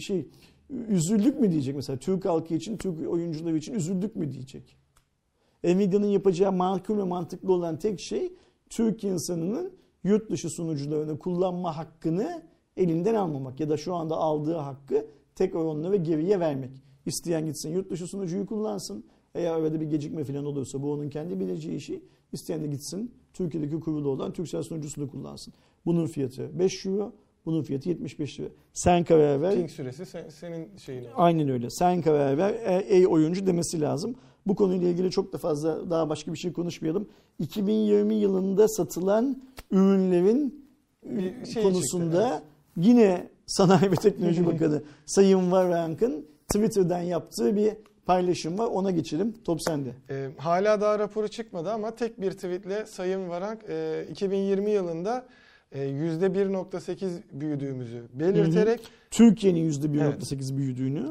Üzüldük mü diyecek mesela. Türk halkı için, Türk oyuncuları için üzüldük mü diyecek. Nvidia'nın yapacağı makul ve mantıklı olan tek şey Türk insanının yurt dışı sunucularını kullanma hakkını elinden almamak ya da şu anda aldığı hakkı tekrar onlara geriye vermek. İsteyen gitsin yurt dışı sunucuyu kullansın. Eğer arada bir gecikme falan olursa bu onun kendi bileceği işi. İsteyen de gitsin Türkiye'deki kurulu olan Turkcell sunucusunu kullansın. Bunun fiyatı 5 euro, bunun fiyatı 75 lira. Sen karar ver. Ping süresi senin şeyin. Aynen öyle. Sen karar ver. Ey oyuncu demesi lazım. Bu konuyla ilgili çok da fazla daha başka bir şey konuşmayalım. 2020 yılında satılan ürünlerin konusunda çıktı, evet. Yine Sanayi ve Teknoloji Bakanı Sayın Varank'ın Twitter'dan yaptığı bir paylaşım var. Ona geçelim. Top sende. Hala daha raporu çıkmadı ama tek bir tweetle Sayın Varank 2020 yılında %1.8 büyüdüğümüzü belirterek Türkiye'nin %1.8 büyüdüğünü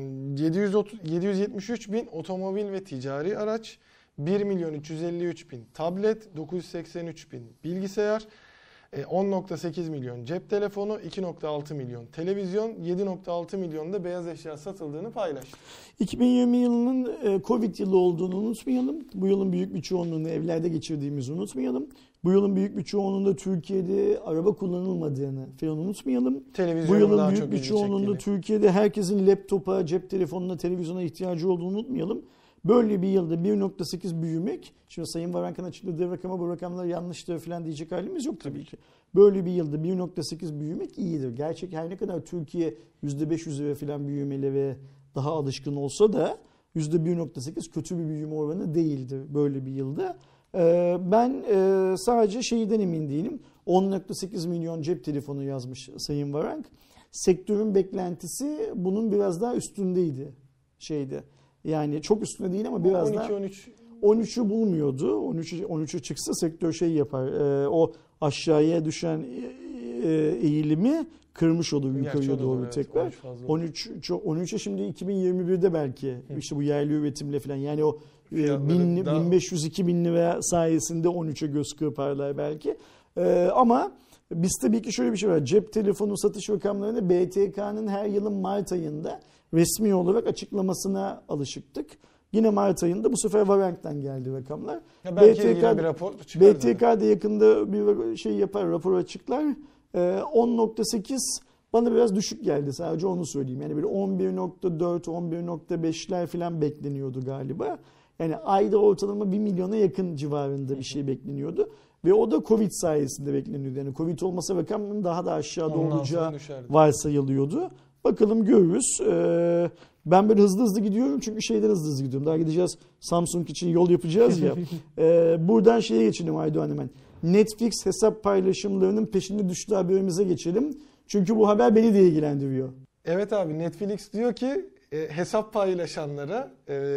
773 bin otomobil ve ticari araç, 1.353.000 tablet, 983 bin bilgisayar, 10.8 milyon cep telefonu, 2.6 milyon televizyon, 7.6 milyon da beyaz eşya satıldığını paylaştı. 2020 yılının Covid yılı olduğunu unutmayalım. Bu yılın büyük bir çoğunluğunu evlerde geçirdiğimizi unutmayalım. Bu yılın büyük bir çoğunluğunda Türkiye'de araba kullanılmadığını falan unutmayalım. Bu yılın büyük bir çoğunluğunda Türkiye'de herkesin laptopa, cep telefonuna, televizyona ihtiyacı olduğunu unutmayalım. Böyle bir yılda 1.8 büyümek, şimdi Sayın Varank'ın açıkladığı rakama bu rakamlar yanlıştır falan diyecek halimiz yok tabii ki. Böyle bir yılda 1.8 büyümek iyidir. Gerçek her ne kadar Türkiye %500'e falan büyümelere daha alışkın olsa da %1.8 kötü bir büyüme oranı değildir böyle bir yılda. Ben sadece şeyden emin değilim. 10.8 milyon cep telefonu yazmış Sayın Varank. Sektörün beklentisi bunun biraz daha üstündeydi şeyde. Yani çok üstünde değil ama biraz 12, daha 13'ü bulmuyordu. 13'e çıksa sektör şey yapar. O aşağıya düşen eğilimi kırmış olur yukarıya doğru evet, tekrar. 13'e şimdi 2021'de belki işte bu yerli üretimle falan yani o 1500-2000 lira sayesinde 13'e göz kırparlar belki. Ama biz tabii ki şöyle bir şey var. Cep telefonu satış rakamlarını BTK'nın her yılın Mart ayında resmi olarak açıklamasına alışıktık. Yine Mart ayında bu sefer Varank'tan geldi rakamlar. BTK da yakında bir şey yapar, rapor açıklar. 10.8 bana biraz düşük geldi sadece onu söyleyeyim. Yani böyle 11.4, 11.5'ler falan bekleniyordu galiba. Yani ayda ortalama 1 milyona yakın civarında bir şey bekleniyordu. Ve o da Covid sayesinde bekleniyordu. Yani Covid olmasa rakamın daha da aşağıda olacağı varsayılıyordu. Bakalım görürüz. Ben böyle hızlı gidiyorum çünkü şeyden hızlı gidiyorum. Daha gideceğiz Samsung için yol yapacağız ya. Buradan şeye geçelim Aydoğan hemen. Netflix hesap paylaşımlarının peşinde düştüğü haberimize geçelim. Çünkü bu haber beni de ilgilendiriyor. Evet abi Netflix diyor ki hesap paylaşanlara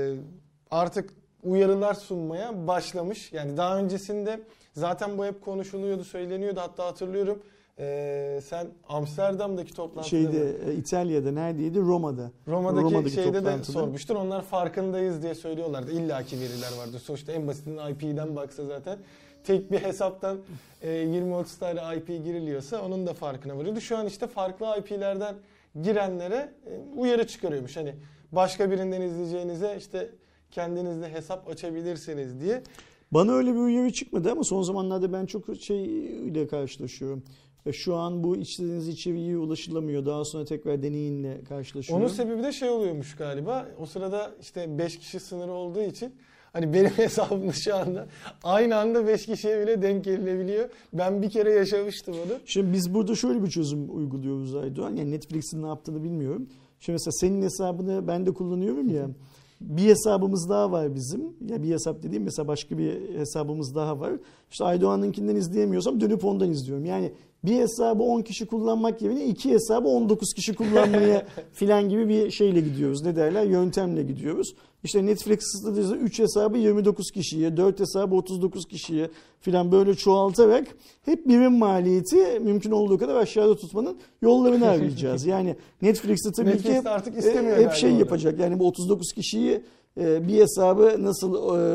artık uyarılar sunmaya başlamış. Yani daha öncesinde zaten bu hep konuşuluyordu, söyleniyordu. Hatta hatırlıyorum sen Amsterdam'daki toplantıda İtalya'da neredeydi? Roma'daki şeyde de sormuştun. Onlar farkındayız diye söylüyorlardı. İllaki veriler vardı. Sonuçta en basitinden IP'den baksa zaten tek bir hesaptan 20-30 tane IP giriliyorsa onun da farkına varıyordu. Şu an işte farklı IP'lerden girenlere uyarı çıkarıyormuş. Hani başka birinden izleyeceğinize işte kendinizde hesap açabilirsiniz diye. Bana öyle bir uyarı çıkmadı ama son zamanlarda ben çok ile karşılaşıyorum. Şu an bu istediğiniz içeriğe ulaşılamıyor. Daha sonra tekrar deneyinle karşılaşıyorum. Onun sebebi de şey oluyormuş galiba. O sırada işte 5 kişi sınırı olduğu için hani benim hesabımda şu anda aynı anda 5 kişiye bile denk gelinebiliyor. Ben bir kere yaşamıştım onu. Şimdi biz burada şöyle bir çözüm uyguluyoruz Aydoğan. Yani Netflix'in ne yaptığını bilmiyorum. Şimdi mesela senin hesabını ben de kullanıyorum ya. Bir hesabımız daha var bizim. Ya bir hesap dediğim mesela başka bir hesabımız daha var. İşte Aydoğan'ınkinden izleyemiyorsam dönüp ondan izliyorum. Yani bir hesabı 10 kişi kullanmak yerine 2 hesabı 19 kişi kullanmaya filan gibi bir şeyle gidiyoruz. Ne derler? Yöntemle gidiyoruz. İşte Netflix'te 3 hesabı 29 kişiye, 4 hesabı 39 kişiye filan böyle çoğaltarak hep birim maliyeti mümkün olduğu kadar aşağıda tutmanın yollarını arayacağız. Yani Netflix'te tabii ki artık istemiyor hep şey yapacak. Yani bu 39 kişiyi bir hesabı nasıl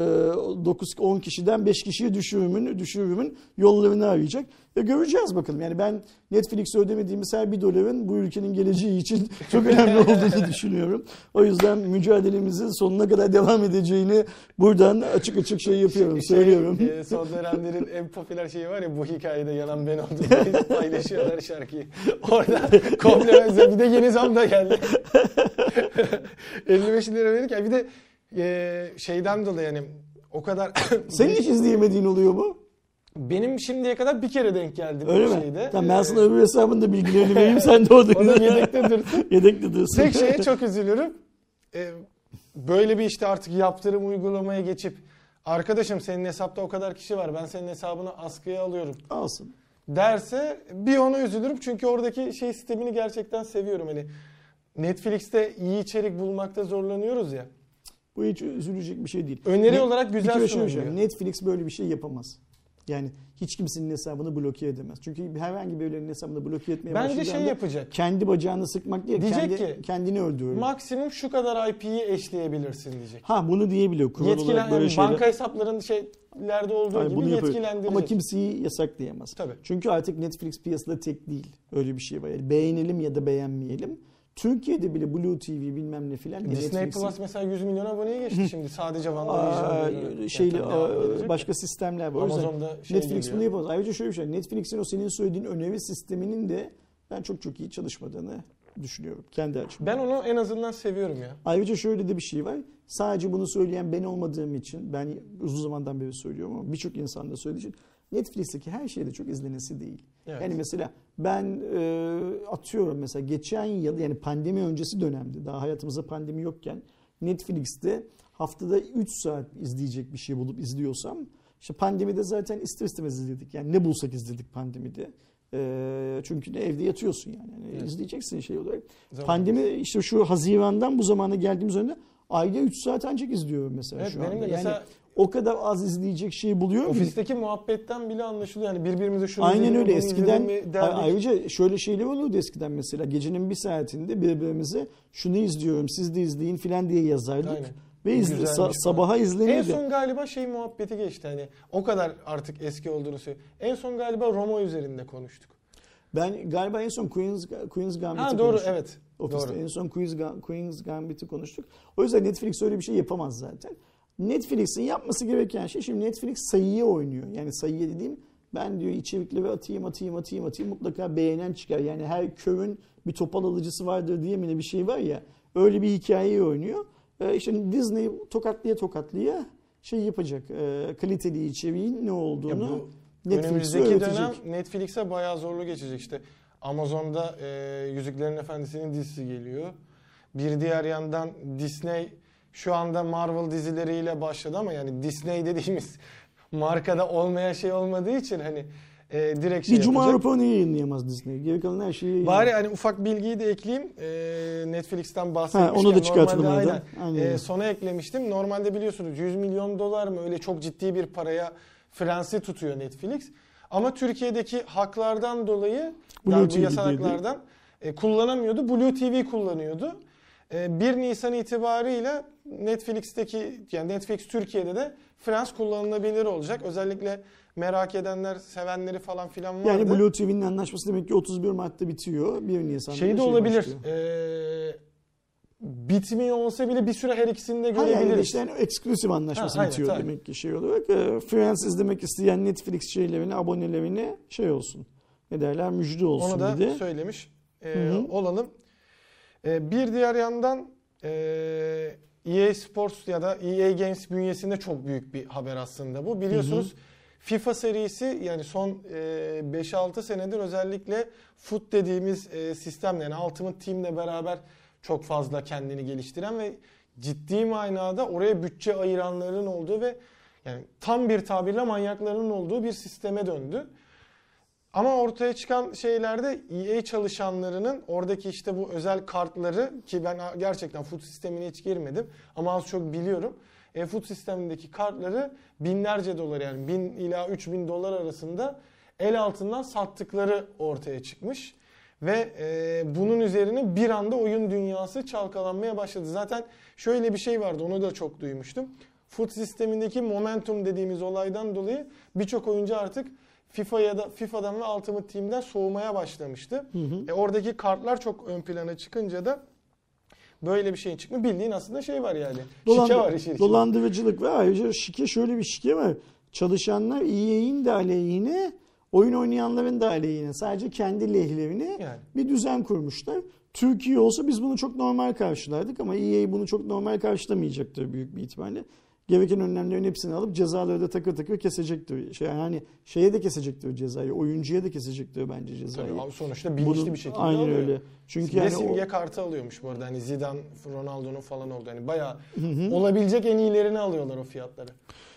9-10 kişiden 5 kişiye düşürümün yollarını arayacak. Göreceğiz bakalım. Yani ben Netflix'e ödemediğimiz her $1 bu ülkenin geleceği için çok önemli olduğunu düşünüyorum. O yüzden mücadelemizin sonuna kadar devam edeceğini buradan açık şey yapıyorum, söylüyorum. Son dönemlerin en popüler şeyi var ya bu hikayede yalan ben oldum diye paylaşıyorlar şarkıyı. Orada komple bir de yeni zam da geldi. 55 lira verirken bir de şeyden dolayı yani o kadar... Senin hiç izleyemediğin oluyor mu? Benim şimdiye kadar bir kere denk geldim öyle bu mi? şeyde. Tamam ben sana öbür hesabın da bilgilerini vereyim sen de orada. O da yedekte dursun. Yedekte dursun. Tek şeye çok üzülürüm. Böyle bir işte artık yaptırım uygulamaya geçip arkadaşım senin hesapta o kadar kişi var ben senin hesabını askıya alıyorum. Alsın. Derse bir ona üzülürüm çünkü oradaki şey sistemini gerçekten seviyorum. Hani Netflix'te iyi içerik bulmakta zorlanıyoruz ya. Bu hiç üzülecek bir şey değil. Öneri olarak güzel sunuluyor. Netflix böyle bir şey yapamaz. Yani hiç kimsenin hesabını bloke edemez. Çünkü herhangi birinin hesabını bloke etmeye Bence başladığı şey anda yapacak. kendi bacağını sıkmak değil, Diyecek ki, kendini öldürür. Maksimum şu kadar IP'yi eşleyebilirsin diyecek. Ha bunu diyebiliyor. Kural olarak böyle yani banka hesaplarının şeylerde olduğu Hayır, gibi bunu yapıyor. yetkilendirecek. Ama kimseyi yasaklayamaz. Tabii. Çünkü artık Netflix piyasada tek değil. Öyle bir şey var. Yani beğenelim ya da beğenmeyelim. Türkiye'de bile Blue TV bilmem ne filan. Disney Plus mesela 100 milyon aboneye geçti şimdi. Sadece başka sistemler var. O yüzden Amazon'da Netflix bunu yapamaz. Ayrıca şöyle bir şey. Netflix'in o senin söylediğin öneri sisteminin de ben çok iyi çalışmadığını düşünüyorum. Kendi açımdan. Ben onu en azından seviyorum ya. Ayrıca şöyle de bir şey var. Sadece bunu söyleyen ben olmadığım için, ben uzun zamandan beri söylüyorum ama birçok insan da söylediği için Netflix'teki her şeyde çok izlenesi değil. Evet. Yani mesela ben atıyorum mesela geçen yıl yani pandemi öncesi dönemde daha hayatımızda pandemi yokken Netflix'te haftada 3 saat izleyecek bir şey bulup izliyorsam işte pandemide zaten ister istemez izledik. Yani ne bulsak izledik pandemide. Çünkü evde yatıyorsun yani. Evet. İzleyeceksin şey olarak. Zaman Pandemi işte şu Haziran'dan bu zamana geldiğimiz önünde ayda 3 saat ancak izliyorum mesela Evet, şu benim anda. de mesela yani o kadar az izleyecek şey buluyorum ki. ofisteki muhabbetten bile anlaşılıyor. Yani birbirimize şunu Aynen izleyelim, öyle. bunu Eskiden izleyelim mi derdik. ayrıca şöyle şeyler oluyordu eskiden mesela. Gecenin bir saatinde birbirimize şunu izliyorum siz de izleyin filan diye yazardık. Aynen. Ve Güzelmiş sabaha en izlenirdi. son galiba şey muhabbeti geçti. Hani o kadar artık eski olduğunu söylüyor. En son galiba Roma üzerinde konuştuk. Ben galiba en son Queen's Gambit'i Ha doğru konuştuk. evet. Ofiste Doğru. en son Queen's Gambit'i konuştuk. O yüzden Netflix öyle bir şey yapamaz zaten. Netflix'in yapması gereken şey şimdi Netflix sayıya oynuyor. Yani sayıya dediğim ben diyor içerikleri atayım mutlaka beğenen çıkar. Yani her köyün bir topal alıcısı vardır diye mi bir şey var ya öyle bir hikayeyi oynuyor. İşte Disney tokatlıya şey yapacak. Kaliteli içeriğin ne olduğunu Netflix'e önümüzdeki öğretecek. dönem Netflix'e bayağı zorlu geçecek işte. Amazon'da Yüzüklerin Efendisi'nin dizisi geliyor. Bir diğer yandan Disney şu anda Marvel dizileriyle başladı ama yani Disney dediğimiz markada olmayan şey olmadığı için hani direkt şey Bir Cuma yapacak. raporunu yayınlayamaz Disney. Geri kalan her şeyi yayınlayamaz. Bari hani ufak bilgiyi de ekleyeyim. Netflix'ten bahsetmişken onu da çıkartalım normalde oradan. Aynen. sona eklemiştim. Normalde biliyorsunuz 100 milyon dolar mı öyle çok ciddi bir paraya Friends'i tutuyor Netflix. Ama Türkiye'deki haklardan dolayı Blue bu yasal haklardan kullanamıyordu. Blue TV kullanıyordu. 1 Nisan itibariyle Netflix'teki yani Netflix Türkiye'de de Friends kullanılabilir olacak. Özellikle merak edenler, sevenleri falan filan vardı. Yani Blue TV'nin anlaşması demek ki 31 Mart'ta bitiyor. 1 Nisan'da şey de şey olabilir. başlıyor. Bitmiyor olsa bile bir süre her ikisini de Yani görebiliriz. işte eksklusif anlaşması aynen, bitiyor tabii. demek ki şey olarak. Friends izlemek isteyen Netflix şeylerine, abonelerine şey olsun. Ne derler? Müjde olsun Onu da bir de. söylemiş olalım. Bir diğer yandan EA Sports ya da EA Games bünyesinde çok büyük bir haber aslında bu. Biliyorsunuz FIFA serisi yani son 5-6 senedir özellikle FUT dediğimiz sistemle yani Ultimate Team'le beraber çok fazla kendini geliştiren ve ciddi manada oraya bütçe ayıranların olduğu ve yani tam bir tabirle manyakların olduğu bir sisteme döndü. Ama ortaya çıkan şeylerde EA çalışanlarının oradaki işte bu özel kartları ki ben gerçekten FUT sistemine hiç girmedim ama az çok biliyorum. FUT sistemindeki kartları binlerce dolar yani 1000 ila 3000 dolar arasında el altından sattıkları ortaya çıkmış. Ve bunun üzerine bir anda oyun dünyası çalkalanmaya başladı. Zaten şöyle bir şey vardı onu da çok duymuştum. FUT sistemindeki momentum dediğimiz olaydan dolayı birçok oyuncu artık FIFA'dan ve Ultimate Team'den soğumaya başlamıştı. Oradaki kartlar çok ön plana çıkınca da böyle bir şey çıkmış. Bildiğin aslında şey var yani. Şike var işin içinde. Dolandırıcılık ve ayrıca şöyle bir şike var. Çalışanlar EA'in de aleyhine, oyun oynayanların da aleyhine sadece kendi lehlerine Yani. bir düzen kurmuşlar. Türkiye olsa biz bunu çok normal karşılardık ama EA bunu çok normal karşılamayacaktır büyük bir ihtimalle. Gereken önlemlerin hepsini alıp cezaları da takır takır kesecektir. Yani şeye de kesecektir cezayı, oyuncuya da kesecektir bence cezayı. Tabii, sonuçta bilinçli bir şekilde aynen alıyor. öyle. Çünkü Ve yani simge kartı alıyormuş bu arada. Hani Zidane, Ronaldo'nun falan oldu. Hani bayağı olabilecek en iyilerini alıyorlar o fiyatları.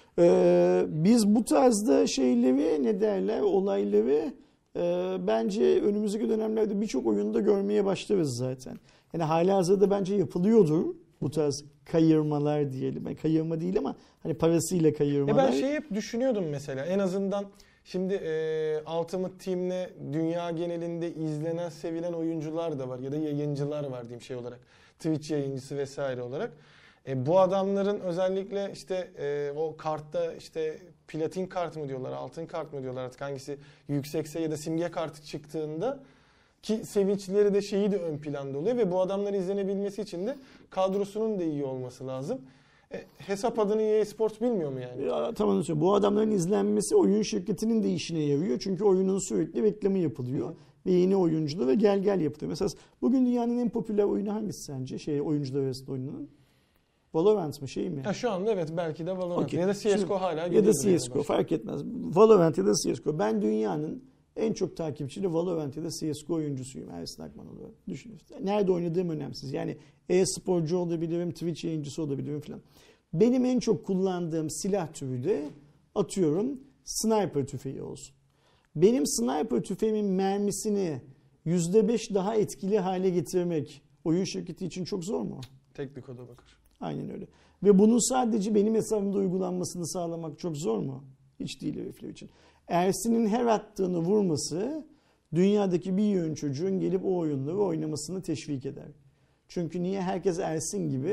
Biz bu tarzda şeyleri ne derler olayları bence önümüzdeki dönemlerde birçok oyunda görmeye başlarız zaten. Yani halihazırda bence yapılıyordur. Bu tarz kayırmalar diyelim. Yani kayırma değil ama hani parasıyla kayırmalar. Ben hep düşünüyordum mesela. En azından şimdi Ultimate Team'le dünya genelinde izlenen, sevilen oyuncular da var ya da yayıncılar var diyeyim şey olarak. Twitch yayıncısı vesaire olarak. Bu adamların özellikle işte o kartta işte platin kart mı diyorlar, altın kart mı diyorlar artık hangisi yüksekse ya da simge kartı çıktığında ki sevinçleri de şeyi de ön planda oluyor ve bu adamların izlenebilmesi için de kadrosunun da iyi olması lazım. Hesap adını EA Sports bilmiyor mu yani? Ya, tamam. Bu adamların izlenmesi oyun şirketinin de işine yarıyor. Çünkü oyunun sürekli reklamı yapılıyor. Ve yeni oyuncular ve gel yapılıyor. Mesela bugün dünyanın en popüler oyunu hangisi sence? Oyuncular arasında oynanan. Valorant mı mi? Şu anda evet belki de Valorant. Okay. Ya da CSGO hala ya da CSGO fark etmez. Valorant ya da CSGO. Ben dünyanın en çok takipçili Valorant ya da CSGO oyuncusuyum Ersin Akman olarak. Düşünün. Nerede oynadığım önemsiz. Yani e-sporcu olabilirim, Twitch yayıncısı olabilirim falan. Benim en çok kullandığım silah türü de atıyorum sniper tüfeği olsun. Benim sniper tüfeğimin mermisini %5 daha etkili hale getirmek oyun şirketi için çok zor mu? Teknik koda bakar. Aynen öyle. Ve bunun sadece benim hesabımda uygulanmasını sağlamak çok zor mu? Hiç değil herifler için. Ersin'in her attığını vurması dünyadaki bir yığın çocuğun gelip o oyunları oynamasını teşvik eder. Çünkü niye? Herkes Ersin gibi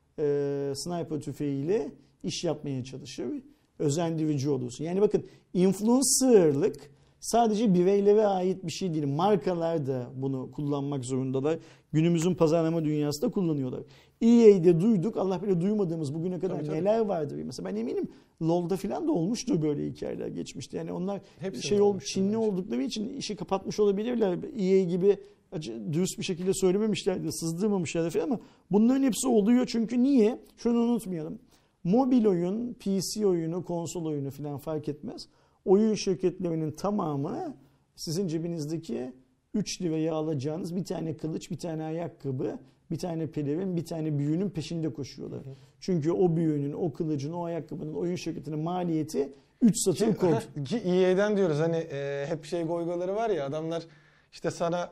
sniper tüfeğiyle iş yapmaya çalışır. Özendirici olursun. Yani bakın influencerlık sadece bireylere ait bir şey değil. Markalar da bunu kullanmak zorundalar. Günümüzün pazarlama dünyasında kullanıyorlar. EA'de duyduk. Allah bilir duymadığımız bugüne kadar tabii. Neler vardır. Mesela ben eminim LoL'da falan da olmuştur böyle hikayeler geçmişti. Yani onlar Çinli oldukları için işi kapatmış olabilirler. EA gibi dürüst bir şekilde söylememişlerdi, sızdırmamışlardı falan ama bunların hepsi oluyor çünkü niye? Şunu unutmayalım. Mobil oyun, PC oyunu, konsol oyunu falan fark etmez. Oyun şirketlerinin tamamı sizin cebinizdeki 3 liraya alacağınız bir tane kılıç, bir tane ayakkabı, bir tane pelerin, bir tane büyünün peşinde koşuyorlar. Hı. Çünkü o büyünün, o kılıcın, o ayakkabının oyun şirketinin maliyeti 3 satır kod. Ki EA'den diyoruz hani hep goygoları var ya adamlar işte sana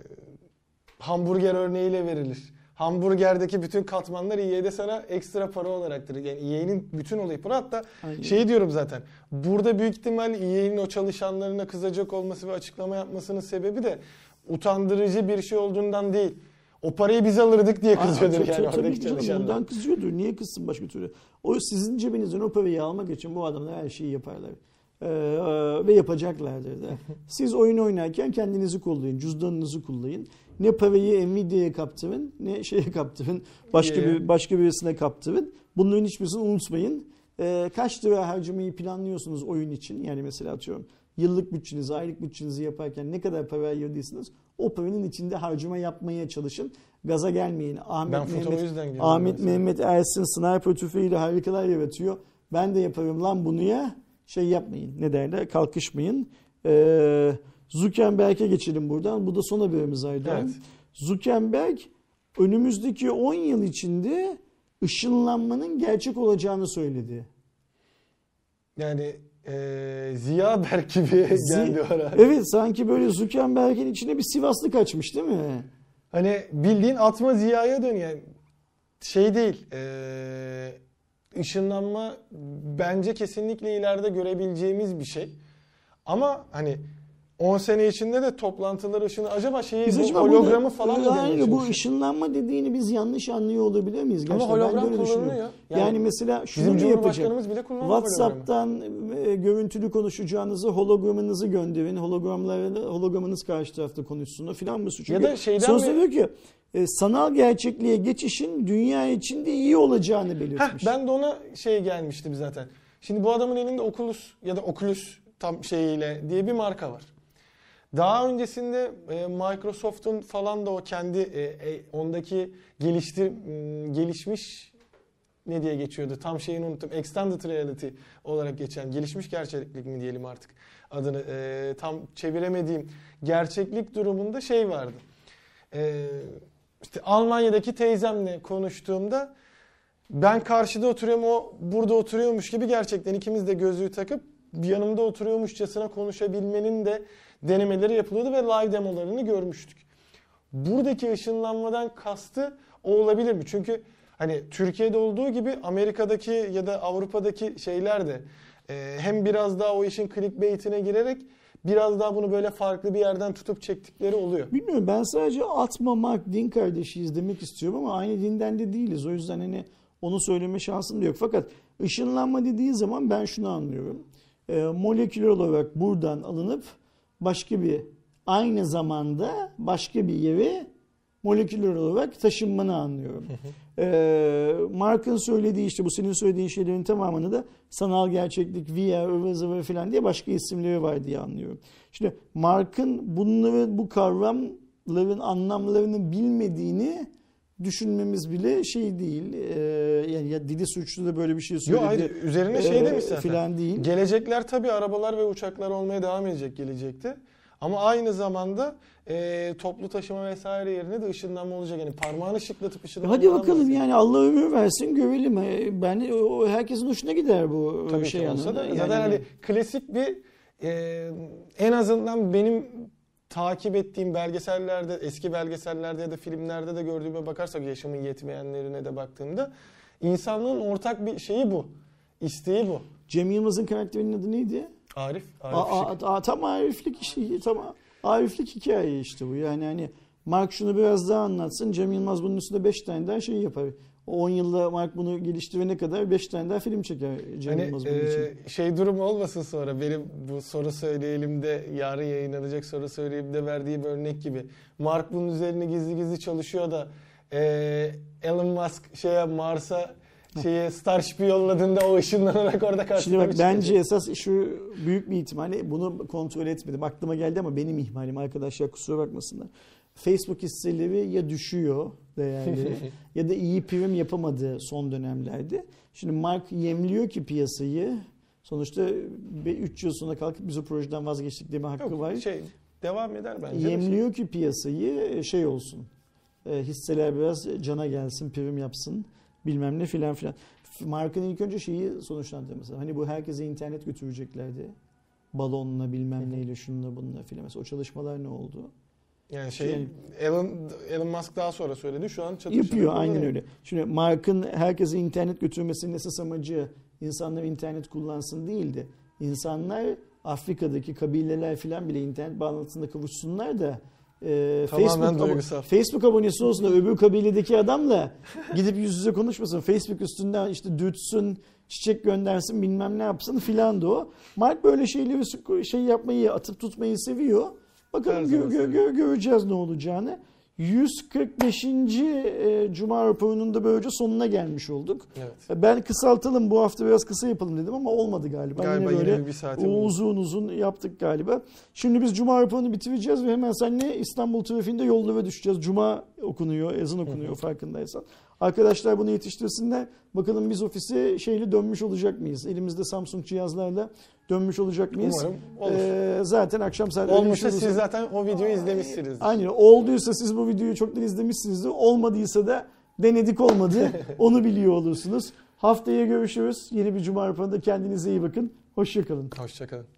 hamburger örneğiyle verilir. Hamburgerdeki bütün katmanlar EA'de sana ekstra para olaraktır. Yani EA'nin bütün olayı para. Hatta diyorum zaten. Burada büyük ihtimal EA'nin o çalışanlarına kızacak olması ve açıklama yapmasının sebebi de utandırıcı bir şey olduğundan değil. O parayı biz alırdık diye kızıyordur yani oradaki çalışanlar. Ondan kızıyordur. Niye kızsın başka türlü? O sizin cebinizden o parayı almak için bu adamlar her şeyi yaparlar. Ve yapacaklardır da. Siz oyun oynarken kendinizi kollayın, cüzdanınızı kullayın. Ne parayı Nvidia'ya kaptırın, ne kaptırın, başka birisine kaptırın. Bunların hiçbirisini unutmayın. Kaç lira harcamayı planlıyorsunuz oyun için? Yani mesela atıyorum yıllık bütçenizi, aylık bütçenizi yaparken ne kadar para ayırdıysanız o paranın içinde harcama yapmaya çalışın. Gaza gelmeyin. Ahmet Mehmet Ersin sniper tüfeğiyle harikalar yaratıyor. Ben de yaparım lan bunu ya. Yapmayın. Ne derler? Kalkışmayın. Zuckerberg'e geçelim buradan. Bu da son haberimiz Aydan. Evet. Zuckerberg önümüzdeki 10 yıl içinde ışınlanmanın gerçek olacağını söyledi. Yani Ziya Berk gibi geldi oraya. Evet sanki böyle Zuckerberg'in içine bir Sivaslı kaçmış değil mi? Hani bildiğin atma Ziya'ya dönüyor. Yani değil. Işınlanma bence kesinlikle ileride görebileceğimiz bir şey. Ama hani 10 sene içinde de toplantılar acaba hologramı falan mı yani bu ışınlanma dediğini biz yanlış anlıyor olabilir miyiz? Gerçekten ama hologram kullanılıyor. Yani mesela şunu mu yapacak? WhatsApp'tan görüntülü konuşacağınızı hologramınızı gönderin. Hologramınız karşı tarafta konuşsun filan mı? Çünkü ya da sonra diyor ki sanal gerçekliğe geçişin dünya için de iyi olacağını belirtmiş. Ben de ona gelmiştim zaten. Şimdi bu adamın elinde Oculus ya da Oculus tam diye bir marka var. Daha öncesinde Microsoft'un falan da o kendi ondaki gelişmiş ne diye geçiyordu? Tam şeyini unuttum. Extended Reality olarak geçen gelişmiş gerçeklik mi diyelim artık adını tam çeviremediğim gerçeklik durumunda vardı. İşte Almanya'daki teyzemle konuştuğumda ben karşıda oturuyorum o burada oturuyormuş gibi gerçekten ikimiz de gözlüğü takıp bir yanımda oturuyormuşçasına konuşabilmenin de denemeleri yapılıyordu ve live demolarını görmüştük. Buradaki ışınlanmadan kastı o olabilir mi? Çünkü hani Türkiye'de olduğu gibi Amerika'daki ya da Avrupa'daki şeyler de hem biraz daha o işin clickbait'ine girerek biraz daha bunu böyle farklı bir yerden tutup çektikleri oluyor. Bilmiyorum, ben sadece Atma Mark din kardeşiyiz demek istiyorum ama aynı dinden de değiliz. O yüzden hani onu söyleme şansım da yok. Fakat ışınlanma dediği zaman ben şunu anlıyorum. Moleküler olarak buradan alınıp başka bir, aynı zamanda başka bir yere moleküler olarak taşınmanı anlıyorum. Mark'ın söylediği, işte bu senin söylediğin şeylerin tamamını da sanal gerçeklik, VR, ıvır zıvır falan diye başka isimleri var diye anlıyorum. Şimdi Mark'ın bunları, bu kavramların anlamlarını bilmediğini düşünmemiz bile şey değil. Yani ya Didi Suçlu da böyle bir şey söyledi. Yok hayır, üzerine şey demiş zaten. Falan değil. Gelecekler tabii arabalar ve uçaklar olmaya devam edecek gelecekte. Ama aynı zamanda toplu taşıma vesaire yerine de ışınlanma olacak. Yani parmağını şıklatıp ışınlanma. Hadi bakalım yani, Allah ömür versin, görelim. Ben herkesin hoşuna gider bu tabii şey olsa da. yani. Zaten hani klasik bir en azından benim takip ettiğim belgesellerde, eski belgesellerde ya da filmlerde de gördüğüme bakarsak, yaşamın yetmeyenlerine de baktığımda insanlığın ortak bir şeyi bu. İsteği bu. Cem Yılmaz'ın karakterinin adı neydi? Arif. Tam Ariflik işte, tam Ariflik hikaye işte bu. Yani hani Mark şunu biraz daha anlatsın, Cem Yılmaz bunun üstünde 5 tane daha şey yapar. O 10 yılda Mark bunu geliştirene kadar 5 tane daha film çeker Cem Yılmaz bunun için. Şey durum olmasın sonra, benim bu soru söyleyelim de yarın yayınlanacak soru söyleyeyim de verdiğim örnek gibi. Mark bunun üzerine gizli gizli çalışıyor da Elon Musk Mars'a Starship'i yolladığında o ışınlanarak orada karşısına. Şimdi bak, bence esas şu büyük bir ihtimalle, bunu kontrol etmedim. Aklıma geldi ama benim ihmalim, arkadaşlar kusura bakmasınlar. Facebook hisseleri ya düşüyor değerleri ya da iyi prim yapamadı son dönemlerde. Şimdi Mark yemliyor ki piyasayı. Sonuçta 3 yıl sonra kalkıp biz o projeden vazgeçtik deme hakkı var. Devam eder bence. Yemliyor ki piyasayı şey olsun. Hisseler biraz cana gelsin, prim yapsın. Bilmem ne filan filan. Mark'ın ilk önce şeyi sonuçlandırması. Hani bu herkese internet götüreceklerdi. Balonla bilmem neyle, şununla bununla filan. Mesela o çalışmalar ne oldu? Yani Elon Musk daha sonra söyledi. Şu an çatışıyor. Yapıyor aynen öyle. Şimdi Mark'ın herkese internet götürmesinin esas amacı insanlar internet kullansın değildi. İnsanlar Afrika'daki kabileler filan bile internet bağlantısında kavuşsunlar da Facebook abonesi olsun da öbür kabiledeki adamla gidip yüz yüze konuşmasın. Facebook üstünden işte dürtsün, çiçek göndersin, bilmem ne yapsın filan da o. Mark böyle şeyleri yapmayı, atıp tutmayı seviyor. Bakalım göreceğiz ne olacağını. 145. Cuma raporunun da böylece sonuna gelmiş olduk. Evet. Ben kısaltalım, bu hafta biraz kısa yapalım dedim ama olmadı galiba. Galiba yine böyle bir saate uzun yaptık galiba. Şimdi biz Cuma raporunu bitireceğiz ve hemen seninle İstanbul trafiğinde yollara düşeceğiz. Cuma okunuyor, ezan okunuyor farkındaysan. Arkadaşlar bunu yetiştirsinler. Bakalım biz ofise dönmüş olacak mıyız? Elimizde Samsung cihazlarla dönmüş olacak mıyız? Umarım olur. Zaten akşam saatlerinde olmuşsa siz zaten o videoyu izlemişsinizdir. Aynen. Olduysa siz bu videoyu çoktan izlemişsinizdir. Olmadıysa da denedik olmadı. Onu biliyor olursunuz. Haftaya görüşürüz. Yeni bir Cuma raporunda kendinize iyi bakın. Hoşça kalın. Hoşça kalın.